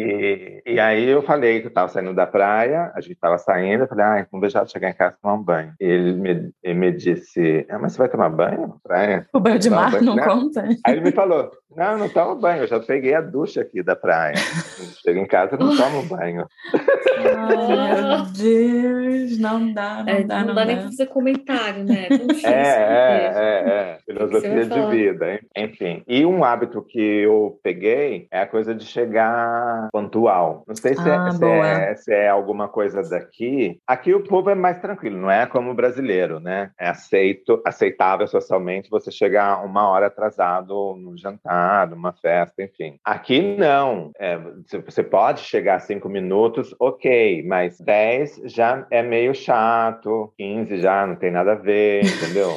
e, e aí eu falei que eu estava saindo da praia, a gente estava saindo, eu falei, ah, vamos deixar de chegar em casa e tomar um banho. E ele me, ele me disse, ah, mas você vai tomar banho na praia? O banho de mar banho? não, não conta? Aí ele me falou, não, não tomo banho, eu já peguei a ducha aqui da praia. Chego em casa, não tomo banho. Ai, meu Deus, não dá, não é, dá, não, não dá. dá. nem pra fazer comentário, né? É, é, é, é, filosofia de vida, enfim. E um hábito que eu peguei é a coisa de chegar pontual. Não sei se, ah, é, se, é, se é alguma coisa daqui. Aqui o povo é mais tranquilo, não é como o brasileiro, né? É aceito, aceitável socialmente você chegar uma hora atrasado no jantar, numa festa, enfim. Aqui não. É, você pode chegar cinco minutos, ok, mas dez já é meio chato, quinze já não tem nada a ver, entendeu?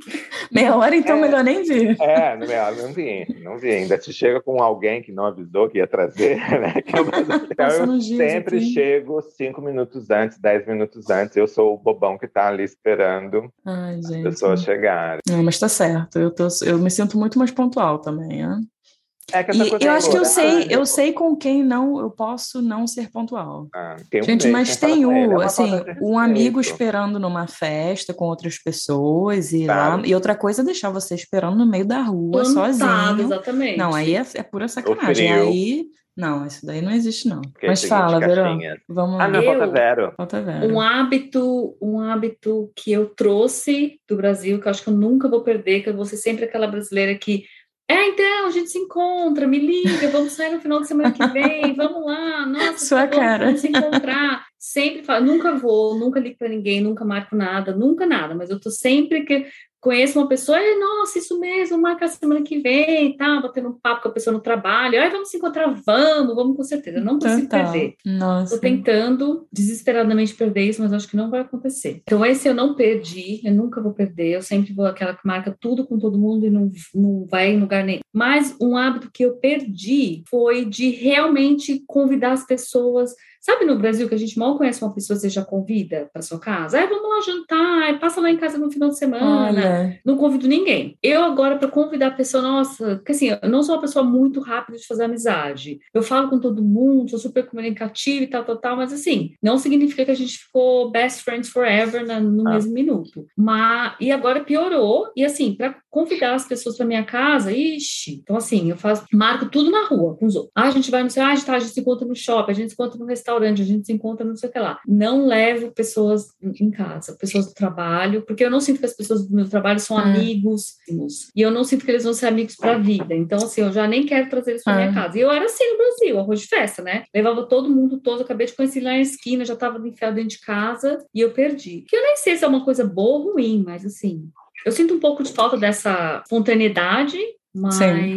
Meia hora, então, é, melhor nem vir. É, melhor não vi, não vi. Ainda se chega com alguém que não avisou que ia trazer, né? Que eu, então, eu sempre aqui. chego cinco minutos antes, dez minutos antes. Eu sou o bobão que tá ali esperando Ai, as gente. pessoas chegarem. Não, mas tá certo. Eu, tô, eu me sinto muito mais pontual também, né? É que essa e coisa eu é acho que eu sei, eu eu sei com quem não eu posso não ser pontual. Ah, tem um Gente, mas tem o, é assim, um amigo esperando numa festa com outras pessoas e claro. lá. E outra coisa é deixar você esperando no meio da rua, Plantado, sozinho. Exatamente. Não, aí é, é pura sacanagem. Aí, não, isso daí não existe, não. Porque mas fala, Verô. Vamos lá. Ah, não, eu, falta zero. Falta zero. Um hábito, um hábito que eu trouxe do Brasil, que eu acho que eu nunca vou perder, que eu vou ser sempre aquela brasileira que É, então, a gente se encontra, me liga, vamos sair no final de semana que vem, vamos lá, nossa, Sua vamos, cara. vamos se encontrar. Sempre falo, nunca vou, nunca ligo para ninguém, nunca marco nada, nunca nada, mas eu tô sempre que conheço uma pessoa, e, nossa, isso mesmo, marca a semana que vem, tá, batendo um papo com a pessoa no trabalho, ai, vamos se encontrar, vamos, vamos com certeza, eu não consigo Total. perder. Nossa. Tô tentando desesperadamente perder isso, mas acho que não vai acontecer. Então esse eu não perdi, eu nunca vou perder, eu sempre vou aquela que marca tudo com todo mundo e não, não vai em lugar nenhum. Mas um hábito que eu perdi foi de realmente convidar as pessoas. Sabe no Brasil que a gente mal conhece uma pessoa, você já convida para sua casa? Ah, vamos lá jantar, passa lá em casa no final de semana. Olha. Não convido ninguém. Eu agora, para convidar a pessoa, nossa, porque assim, eu não sou uma pessoa muito rápida de fazer amizade. Eu falo com todo mundo, sou super comunicativa e tal, tal, tal, mas assim, não significa que a gente ficou best friends forever na, no ah. mesmo minuto. Mas, e agora piorou, e assim, para convidar as pessoas para minha casa, ixi, então assim, eu faço, marco tudo na rua com os outros. Ah, a gente vai no sei, ah, a gente, tá, a gente se encontra no shopping, a gente se encontra no restaurante, a gente se encontra não sei o que lá. Não levo pessoas em casa, pessoas do trabalho, porque eu não sinto que as pessoas do meu trabalho trabalho são Hum. amigos, e eu não sinto que eles vão ser amigos pra vida. Então, assim, eu já nem quero trazer eles pra minha Hum. casa. E eu era assim no Brasil, arroz de festa, né? Levava todo mundo todo, eu acabei de conhecer lá na esquina, já tava enfiado dentro de casa, e eu perdi. Que eu nem sei se é uma coisa boa ou ruim, mas assim, eu sinto um pouco de falta dessa espontaneidade, mas,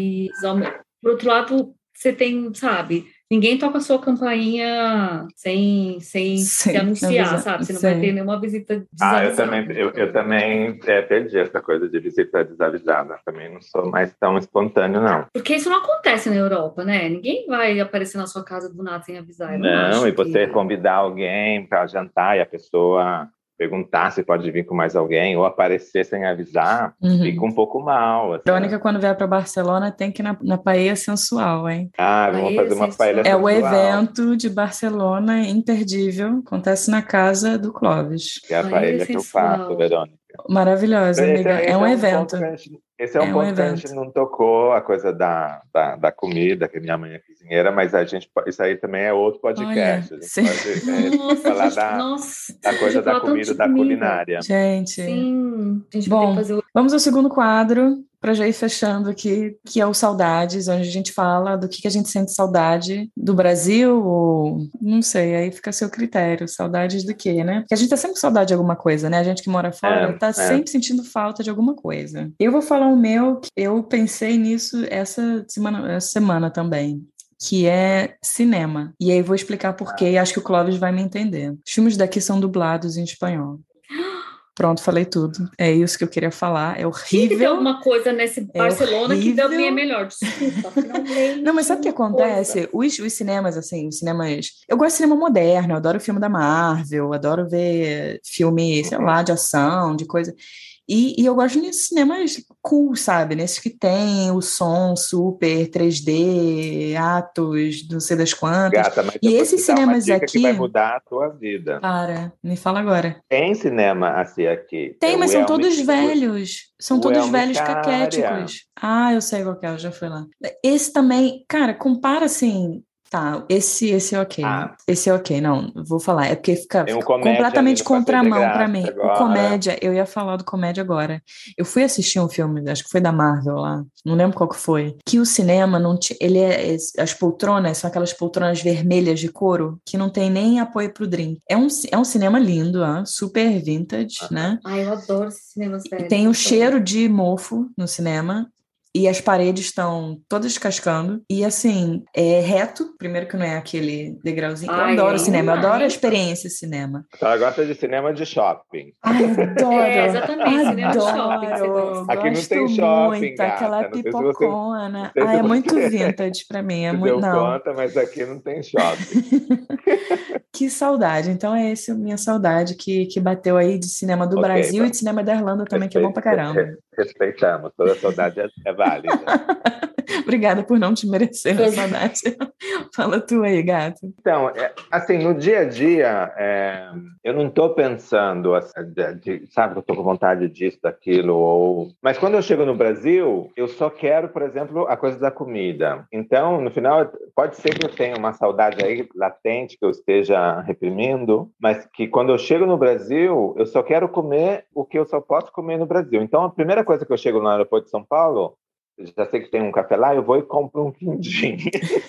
ao me- por outro lado, você tem, sabe, ninguém toca a sua campainha sem, sem se Sim, anunciar, avisa- sabe? Você não vai sim. ter nenhuma visita Ah, eu desavisada. também, eu, eu também é, perdi essa coisa de visita desavisada. Também não sou mais tão espontâneo, não. Porque isso não acontece na Europa, né? Ninguém vai aparecer na sua casa do nada sem avisar. Eu não, Não, acho e você que... convidar alguém para jantar e a pessoa perguntar se pode vir com mais alguém ou aparecer sem avisar, Uhum. fica um pouco mal. Assim. Crônica, quando vier para Barcelona, tem que ir na, na Paella Sensual, hein? Ah, vamos Paella fazer uma sensual. paella É o sensual, evento de Barcelona imperdível, acontece na casa do Clóvis. que é a Paella paella que eu sensual. faço, Verônica. Maravilhosa, Esse, amiga. esse É um ponto evento. que a gente- esse é um É um ponto que a gente evento. não tocou, a coisa da, da, da comida, que minha mãe é cozinheira, mas a gente, po- isso aí também é outro podcast. Olha, A gente sim. pode é, Nossa, falar a gente, da, nossa, da a gente coisa vai da falar tanto comida, de da comida. culinária. Gente, Sim, a gente vai ter que bom, fazer o... vamos ao segundo quadro, para já ir fechando aqui, que é o Saudades, onde a gente fala do que que a gente sente saudade do Brasil, ou não sei, aí fica a seu critério, saudades do quê, né? Porque a gente tá sempre com saudade de alguma coisa, né? A gente que mora fora É, tá é. sempre sentindo falta de alguma coisa. Eu vou falar o meu, que eu pensei nisso essa semana, essa semana também. Que é cinema. E aí vou explicar por quê, e acho que o Clóvis vai me entender. Os filmes daqui são dublados em espanhol. Pronto, falei tudo. É isso que eu queria falar. É Tinha que ter horrível. alguma coisa nesse É Barcelona que horrível. também é melhor. Desculpa, finalmente. Não, mas sabe o que uma coisa. acontece? Os, os cinemas, assim, os cinemas. Eu gosto de cinema moderno, eu adoro filme da Marvel, adoro ver filme, sei lá, de ação, de coisa. E, e eu gosto nesses cinemas cool, sabe? Nesses que tem o som super três D, atos, não sei das quantas. Gata, mas E eu vou esses te dar uma cinemas dica que vai aqui. mudar a tua vida. Para, me fala agora. Tem cinema assim aqui. Tem, É mas o são Elm- todos o- velhos. São o todos Elm velhos Caria. caquéticos. Ah, eu sei qual que é, eu já fui lá. Esse também, cara, compara assim. Tá, esse, esse é ok. Ah. Esse é ok, não, vou falar. É porque fica, Tem um fica comédia completamente ali no Passeio de contramão pra Graça mim. agora. O comédia, eu ia falar do comédia agora. Eu fui assistir um filme, acho que foi da Marvel lá, não lembro qual que foi. Que o cinema não tinha. Ele é. As poltronas são aquelas poltronas vermelhas de couro que não tem nem apoio pro drink. É um, é um cinema lindo, ah, super vintage, Aham. né? Ai, eu adoro esses cinemas E velhos. tem o adoro. cheiro de mofo no cinema. E as paredes estão todas descascando. E assim, é reto. Primeiro que não é aquele degrauzinho. Eu Ai, adoro é cinema, eu adoro a demais. experiência cinema. Então ela gosta de cinema de shopping. Ai, adoro. É, exatamente, cinema de shopping que você Adoro. gosta. Aqui não Gosto tem shopping, muito. gata. Aquela Não sei se você- pipocona. não sei Ah, se é muito você- vintage pra mim. É Se muito. deu Não. conta, mas aqui não tem shopping. Que saudade. Então é essa a minha saudade que, que bateu aí de cinema do Ok, Brasil vamos. e de cinema da Irlanda também, que é bom pra caramba. Respe- Respeitamos. Toda saudade é, é válida. Obrigada por não te merecer a saudade. Fala tu aí, gato. Então, é, assim, no dia a dia, é, eu não estou pensando, assim, de, de, sabe, que eu estou com vontade disso, daquilo, ou... Mas quando eu chego no Brasil, eu só quero, por exemplo, a coisa da comida. Então, no final, pode ser que eu tenha uma saudade aí latente, que eu esteja reprimindo, mas que quando eu chego no Brasil, eu só quero comer o que eu só posso comer no Brasil. Então, a primeira coisa que eu chego no aeroporto de São Paulo, já sei que tem um café lá, eu vou e compro um quindim.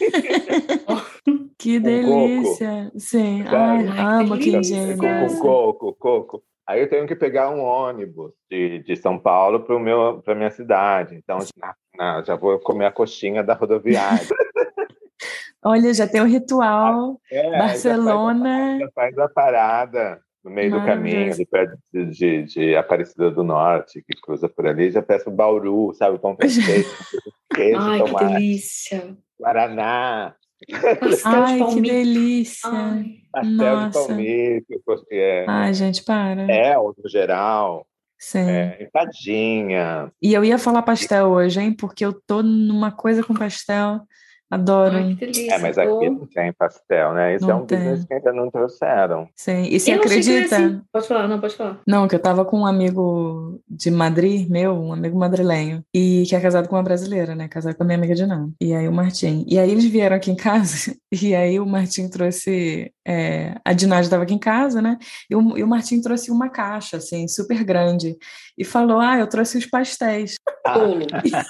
Que Com delícia. Sim. Ai, Ai, amo que quindim. delícia. Com, com Nossa. coco, coco. Aí eu tenho que pegar um ônibus de, de São Paulo para a minha cidade. Então, na, na, já vou comer a coxinha da rodoviária. Olha, já tem o ritual. É, Barcelona. Já faz, a, já faz a parada no meio do caminho, de perto de, de, de Aparecida do Norte, que cruza por ali. Já peço Bauru, sabe? Pão francês, queijo, Ai, que tomate, delícia. guaraná. Pastel Ai, de que palmito. delícia. Ai, Pastel Nossa. de palmito, é, Ai, gente, para. é, ou no geral, Sim. é, empadinha. E eu ia falar pastel hoje, hein? Porque eu tô numa coisa com pastel. Adoro, ai, hein? que delícia. É, mas aqui Tô- não tem pastel, né? Isso Não é um business tem. que ainda não trouxeram. Sim. E você Eu achei que era acredita? assim. Pode falar, não, pode falar. Não, que eu tava com um amigo de Madrid, meu, um amigo madrilenho, e que é casado com uma brasileira, né? Casado com a minha amiga de Nan. E aí o Martim. E aí eles vieram aqui em casa, e aí o Martim trouxe é, a Dinah estava aqui em casa, né? E o, e o Martim trouxe uma caixa, assim, super grande. E falou, ah, eu trouxe os pastéis. Tolo.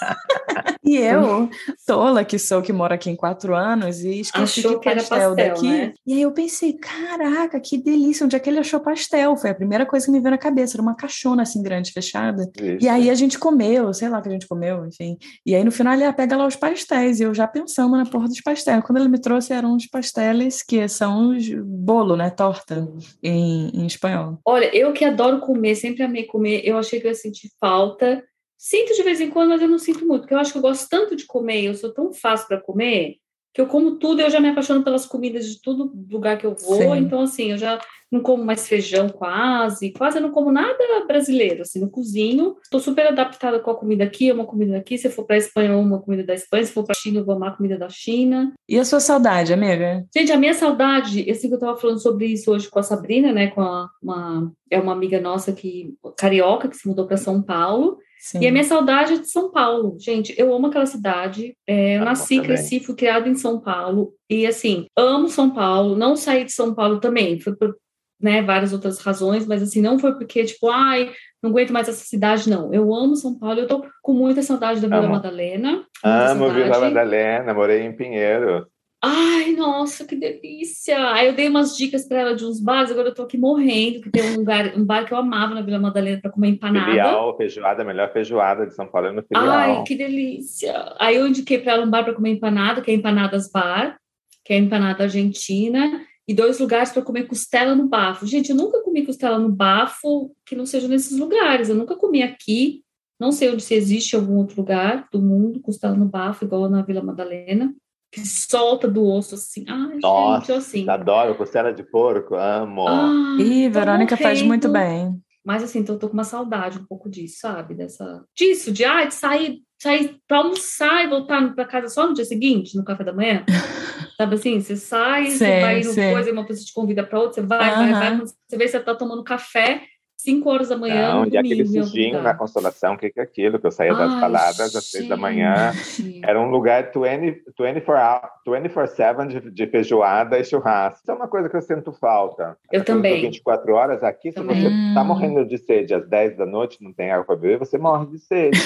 E eu, tola que sou, que moro aqui em quatro anos, e esqueci Achou que que era pastel, pastel, daqui. né? E aí eu pensei, caraca, que delícia, onde é que ele achou pastel? Foi a primeira coisa que me veio na cabeça, era uma caixona assim grande, fechada. Isso. E aí a gente comeu, sei lá o que a gente comeu, enfim. E aí no final ele ah, pega lá os pastéis, e eu já pensando na porra dos pastéis. Quando ele me trouxe eram os pastéis, que são os bolo, né, torta, em, em espanhol. Olha, eu que adoro comer, sempre amei comer, eu achei que eu ia sentir falta. Sinto de vez em quando, mas eu não sinto muito, porque eu acho que eu gosto tanto de comer, eu sou tão fácil para comer, que eu como tudo, eu já me apaixono pelas comidas de todo lugar que eu vou, Sim. Então assim, eu já não como mais feijão quase, quase eu não como nada brasileiro, assim, no cozinho, estou super adaptada com a comida aqui, uma comida aqui, se eu for para a Espanha, eu amo uma comida da Espanha, se for para a China, eu vou amar a comida da China. E a sua saudade, amiga? Gente, a minha saudade, eu sei que eu estava falando sobre isso hoje com a Sabrina, né, com a, uma, é uma amiga nossa que, carioca, que se mudou para São Paulo. Sim. E a minha saudade é de São Paulo. Gente, eu amo aquela cidade. É, eu Ah, nasci, cresci, fui criada em São Paulo. E, assim, amo São Paulo. Não saí de São Paulo também. Foi por né, várias outras razões, mas, assim, não foi porque, tipo, ai, não aguento mais essa cidade, não. Eu amo São Paulo. Eu tô com muita saudade da Vila Amo. Madalena. Amo Vila Madalena. Morei em Pinheiros. Ai, nossa, que delícia! Aí eu dei umas dicas para ela de uns bares, agora eu tô aqui morrendo, que tem um lugar, um bar que eu amava na Vila Madalena para comer empanada. Filial, feijoada, a melhor feijoada de São Paulo é no Filial. Ai, que delícia! Aí eu indiquei para ela um bar para comer empanada, que é Empanadas Bar, que é empanada argentina, e dois lugares para comer costela no bafo. Gente, eu nunca comi costela no bafo que não seja nesses lugares, eu nunca comi aqui, não sei onde se existe algum outro lugar do mundo, costela no bafo, igual na Vila Madalena. Que solta do osso assim. Ai, Nossa, gente, eu assim. Adoro costela de porco, amo. Ai, Ih, Verônica morrendo. faz muito bem. Mas assim, então eu tô com uma saudade um pouco disso, sabe? Dessa... Disso, de, ai, de sair, sair pra almoçar e voltar pra casa só no dia seguinte, no café da manhã. Sabe assim, você sai, Sim, você vai sim. numa coisa e uma pessoa te convida pra outra, você vai, vai, vai. Aham. Quando você vê, você tá tomando café cinco horas da manhã Não, no e aquele domingo em algum sujinho na lugar. Consolação, o que que é aquilo? Que eu saía das Ai, baladas às seis da manhã. gente. Era um lugar vinte e quatro sete de, de feijoada e churrasco. Isso é uma coisa que eu sinto falta. Eu Essa coisa do também. vinte e quatro horas aqui, se Também. você tá Hum. morrendo de sede às dez da noite, não tem água para beber, você morre de sede.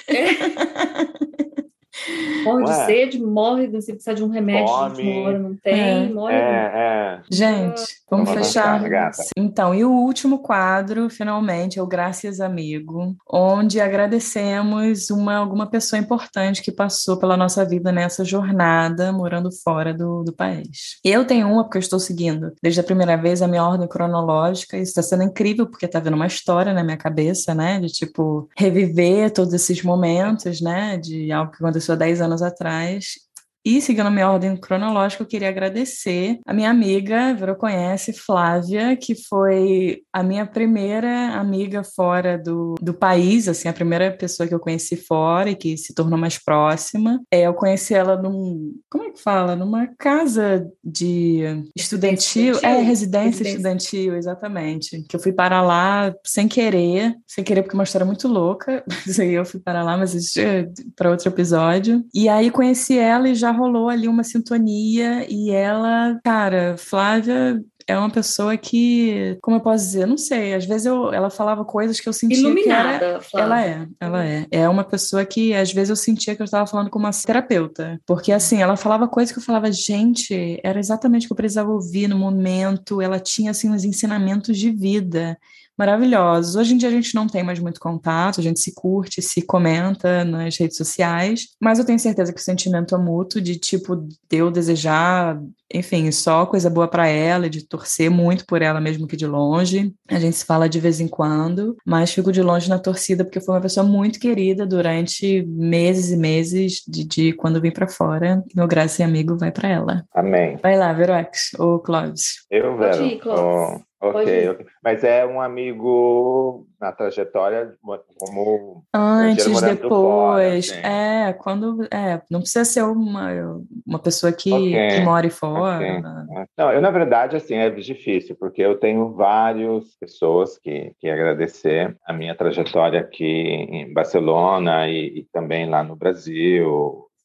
Morre Não de é? sede, morre, você precisa de um remédio de Fome. última hora, não tem, É. morre. É, é. Gente, vamos Vamos fechar. avançar, gata. Então, e o último quadro, finalmente, é o Graças Amigo, onde agradecemos uma, alguma pessoa importante que passou pela nossa vida nessa jornada, morando fora do, do país. Eu tenho uma, porque eu estou seguindo desde a primeira vez a minha ordem cronológica, e isso está sendo incrível, porque está vendo uma história na minha cabeça, né, de, tipo, reviver todos esses momentos, né, de algo que aconteceu há dez anos atrás. E, seguindo a minha ordem cronológica, eu queria agradecer a minha amiga, Verô conhece, Flávia, que foi a minha primeira amiga fora do, do país, assim, a primeira pessoa que eu conheci fora e que se tornou mais próxima. É, eu conheci ela num, como é que fala? Numa casa de estudantil, Estudantil? é, residência Residência. estudantil, exatamente, que eu fui para lá sem querer, sem querer porque é uma história muito louca, isso aí eu fui para lá, mas isso é para outro episódio. E aí conheci ela e já rolou ali uma sintonia e ela, cara, Flávia é uma pessoa que, como eu posso dizer, não sei, às vezes eu, ela falava coisas que eu sentia Iluminada, que era... Flávia. Ela é, ela é. É uma pessoa que, às vezes, eu sentia que eu estava falando com uma terapeuta. Porque, assim, ela falava coisas que eu falava, gente, era exatamente o que eu precisava ouvir no momento. Ela tinha, assim, uns ensinamentos de vida maravilhosos. Hoje em dia a gente não tem mais muito contato, a gente se curte, se comenta nas redes sociais, mas eu tenho certeza que o sentimento é mútuo de, tipo, de eu desejar, enfim, só coisa boa para ela, de torcer muito por ela mesmo que de longe. A gente se fala de vez em quando, mas fico de longe na torcida porque foi uma pessoa muito querida durante meses e meses de, de quando vim para fora. Meu graça e amigo vai para ela. Amém. Vai lá, Verox, ou Clóvis. Eu, Vero. Pode ir, Clóvis. Oh, Pode ok, ir. ok. Mas é um amigo na trajetória como Antes, morando depois, fora, assim. é, quando, é, não precisa ser uma, uma pessoa que, Ok, que more fora. ok. né? Não, eu, na verdade, assim, é difícil, porque eu tenho várias pessoas que, que agradecer a minha trajetória aqui em Barcelona e, e também lá no Brasil,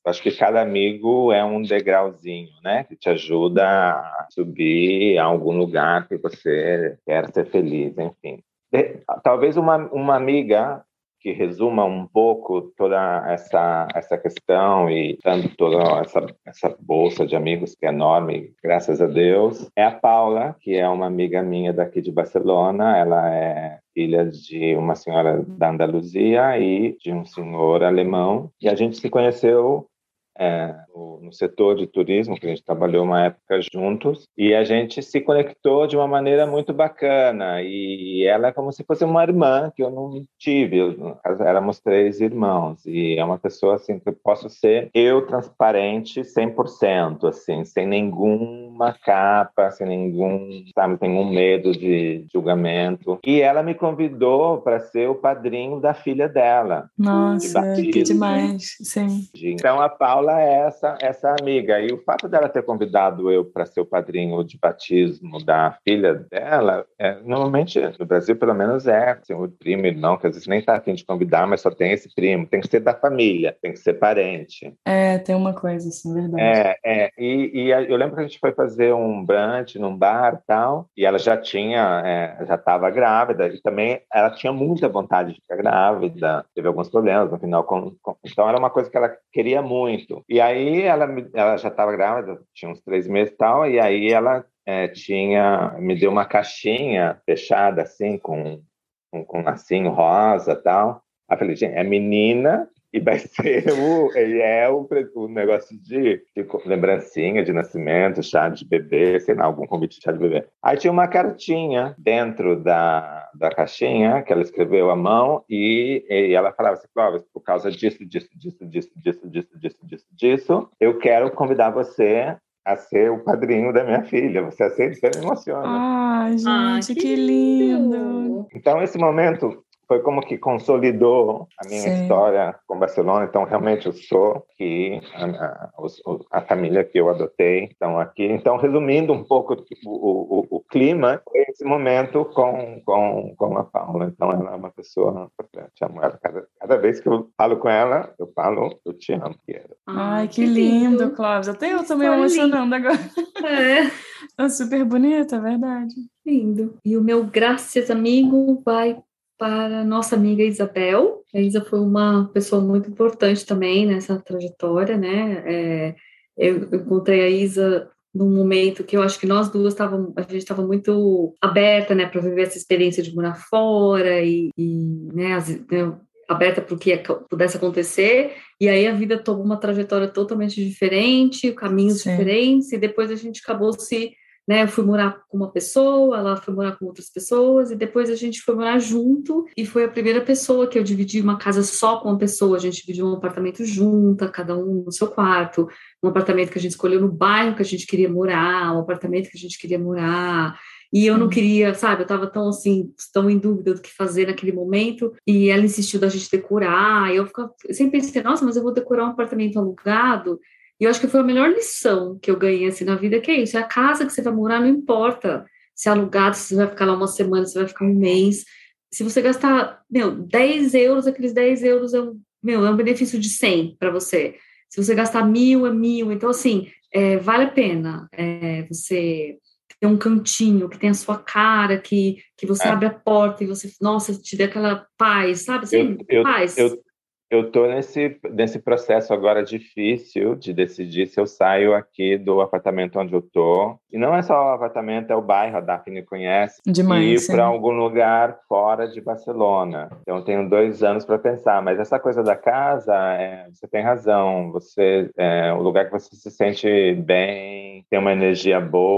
Acho que cada amigo é um degrauzinho, né? Que te ajuda a subir a algum lugar que você quer ser feliz, enfim. De, talvez uma, uma amiga que resuma um pouco toda essa, essa questão e dando toda essa, essa bolsa de amigos que é enorme, graças a Deus, é a Paula, que é uma amiga minha daqui de Barcelona. Ela é filha de uma senhora da Andaluzia e de um senhor alemão, e a gente se conheceu É, no, no setor de turismo, que a gente trabalhou uma época juntos, e a gente se conectou de uma maneira muito bacana, e ela é como se fosse uma irmã que eu não tive. Eu, éramos três irmãos, e é uma pessoa assim que eu posso ser eu transparente cem por cento, assim, sem nenhuma capa, sem nenhum, sabe, nenhum medo de julgamento. E ela me convidou para ser o padrinho da filha dela. Nossa, de que demais, sim. Então a Paula é essa, essa amiga, e o fato dela ter convidado eu para ser o padrinho de batismo da filha dela, é, normalmente no Brasil pelo menos é assim, o primo, irmão, que às vezes nem está afim de convidar, mas só tem esse primo, tem que ser da família, tem que ser parente. É, tem uma coisa assim, verdade. É, é e, e eu lembro que a gente foi fazer um brunch num bar e tal, e ela já tinha, é, já estava grávida, e também ela tinha muita vontade de ficar grávida, teve alguns problemas no final, com, com, então era uma coisa que ela queria muito. E aí ela, ela já estava grávida, tinha uns três meses e tal, e aí ela é, tinha, me deu uma caixinha fechada, assim, com, com, com um lacinho rosa e tal. Aí eu falei, gente, é menina e vai ser o, e é o, o negócio de, de lembrancinha de nascimento, chá de bebê, sei lá, algum convite de chá de bebê. Aí tinha uma cartinha dentro da, da caixinha que ela escreveu à mão e, e ela falava assim, Clóvis, por causa disso, disso, disso, disso, disso, disso, disso, disso, disso, eu quero convidar você a ser o padrinho da minha filha. Você aceita? Você me emociona. Ai, gente, ah, que, que lindo. lindo! Então, esse momento foi como que consolidou a minha Sim. história com Barcelona. Então, realmente, eu sou que a, a, a família que eu adotei estão aqui. Então, resumindo um pouco o, o, o clima, foi esse momento com, com, com a Paula. Então, ela é uma pessoa, eu te amo ela. Cada, cada vez que eu falo com ela, eu falo, eu te amo, Piera. Ai, que, que lindo, lindo, Clóvis. Até eu tô me emocionando agora. É. Tá super bonita, é verdade. Lindo. E o meu graças, amigo, vai para a nossa amiga Isabel. A Isa foi uma pessoa muito importante também nessa trajetória, né? É, eu encontrei a Isa num momento que eu acho que nós duas estávamos, a gente estava muito aberta, né, para viver essa experiência de morar fora e, e né, as, né, aberta para o que pudesse acontecer, e aí a vida tomou uma trajetória totalmente diferente, caminhos Sim. diferentes, e depois a gente acabou se... Né, eu fui morar com uma pessoa, ela foi morar com outras pessoas, e depois a gente foi morar junto, e foi a primeira pessoa que eu dividi uma casa só com uma pessoa. A gente dividiu um apartamento junto, cada um no seu quarto, um apartamento que a gente escolheu no bairro que a gente queria morar, um apartamento que a gente queria morar, e eu não queria, sabe, eu estava tão assim, tão em dúvida do que fazer naquele momento, e ela insistiu da gente decorar, e eu, ficava, eu sempre pensei, nossa, mas eu vou decorar um apartamento alugado. E eu acho que foi a melhor lição que eu ganhei assim, na vida, que é isso, é a casa que você vai morar, não importa se é alugado, se você vai ficar lá uma semana, se vai ficar um mês, se você gastar, meu, dez euros, aqueles dez euros é um, meu, é um benefício de cem para você, se você gastar mil, é mil, então assim, é, vale a pena é, você ter um cantinho que tem a sua cara, que, que você é. abre a porta e você, nossa, te dê aquela paz, sabe, assim, eu, eu, paz. Eu... Eu estou nesse, nesse processo agora difícil de decidir se eu saio aqui do apartamento onde eu estou. E não é só o apartamento, é o bairro, a Daphne conhece. Demais, e ir para sim. algum lugar fora de Barcelona. Então, eu tenho dois anos para pensar. Mas essa coisa da casa, é, você tem razão. Você, é, o lugar que você se sente bem, tem uma energia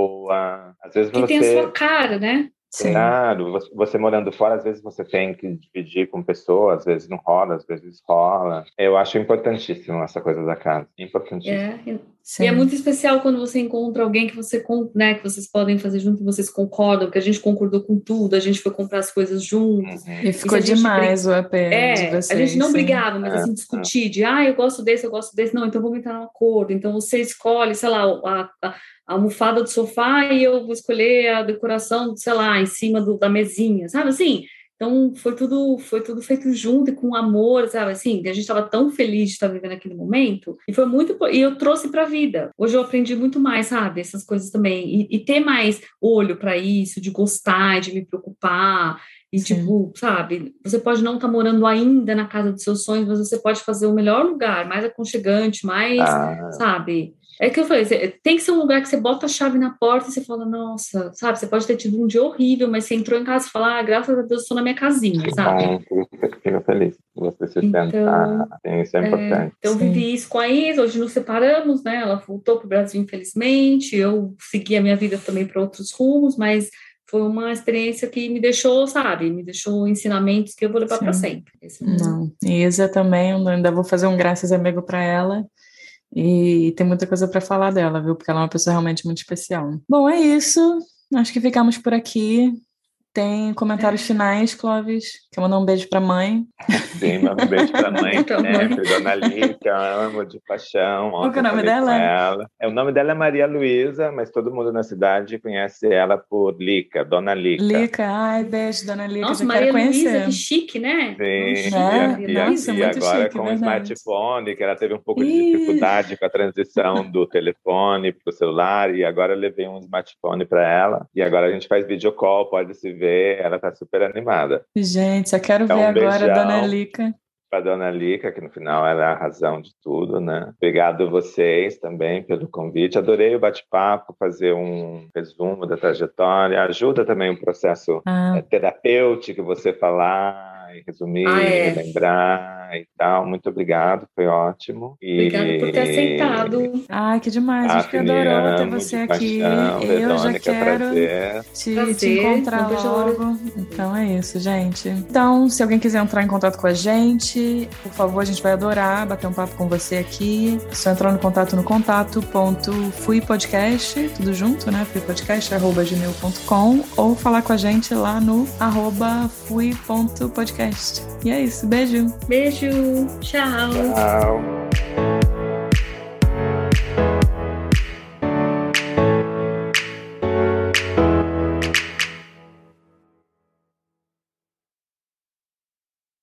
boa. Às vezes que você... tem a sua cara, né? Sim. Claro, você, você morando fora, às vezes você tem que dividir com pessoas, às vezes não rola, às vezes rola. Eu acho importantíssimo essa coisa da casa, importantíssimo. É, e é muito especial quando você encontra alguém que você, né, que vocês podem fazer junto e vocês concordam, porque a gente concordou com tudo, a gente foi comprar as coisas juntos. Uhum. E ficou demais brig... o A P é, de vocês. A gente não sim. brigava, mas é, assim, discutir de, ah, eu gosto desse, eu gosto desse, não, então vamos entrar num acordo, então você escolhe, sei lá, a, a, a almofada do sofá e eu vou escolher a decoração, sei lá, em cima do, da mesinha, sabe assim? Então, foi tudo, foi tudo feito junto e com amor, sabe? Assim, a gente estava tão feliz de estar vivendo aquele momento. E foi muito... E eu trouxe para a vida. Hoje eu aprendi muito mais, sabe? Essas coisas também. E, e ter mais olho para isso, de gostar, de me preocupar. E, Sim. tipo, sabe? Você pode não estar morando ainda na casa dos seus sonhos, mas você pode fazer o melhor lugar, mais aconchegante, mais, ah. sabe... É que eu falei, tem que ser um lugar que você bota a chave na porta e você fala, nossa, sabe, você pode ter tido um dia horrível, mas você entrou em casa e fala, ah, graças a Deus eu estou na minha casinha, sabe? Bom, fico feliz que você se então, senta, isso é, é importante. Então eu vivi isso com a Isa, hoje nos separamos, né, ela voltou para o Brasil, infelizmente, eu segui a minha vida também para outros rumos, mas foi uma experiência que me deixou, sabe, me deixou ensinamentos que eu vou levar para sempre. Esse Não, e Isa também, eu ainda vou fazer um graças amigo para ela. E tem muita coisa para falar dela, viu? Porque ela é uma pessoa realmente muito especial. Bom, é isso. Acho que ficamos por aqui. Tem comentários finais, Clóvis? Quer mandar um beijo pra mãe? Sim, manda um beijo pra mãe sempre. Dona Lica, amo de paixão. Qual que é o nome dela? Ela. É, o nome dela é Maria Luísa, mas todo mundo na cidade conhece ela por Lica, Dona Lica. Lica, ai, beijo, Dona Lica. Nossa, já Maria quero conhecer. Luísa, que chique, né? Sim, é, e, nossa, e, muito e agora chique, com verdade. o smartphone, que ela teve um pouco de dificuldade com a transição do telefone para o celular, e agora eu levei um smartphone para ela, e agora a gente faz videocall, pode se ver, ela tá super animada. Gente, eu quero então, ver um agora a Dona Lica. Para a Dona Lica, que no final ela é a razão de tudo, né? Obrigado a vocês também pelo convite. Adorei o bate-papo, fazer um resumo da trajetória. Ajuda também o processo ah. terapêutico, você falar e resumir, ah, é. lembrar e tal. Muito obrigado, foi ótimo. E... Obrigada por ter aceitado. Ai, que demais, a gente adorou ter você aqui. Paixão, eu Verônica, já quero prazer. Te, prazer. te encontrar logo. Então é isso, gente. Então, se alguém quiser entrar em contato com a gente, por favor, a gente vai adorar bater um papo com você aqui. É só entrar no contato no contato ponto fuipodcast, tudo junto, né? fuipodcast arroba gmail ponto com, ou falar com a gente lá no arroba fui ponto podcast. E é isso, beijo. Beijo, tchau. Tchau.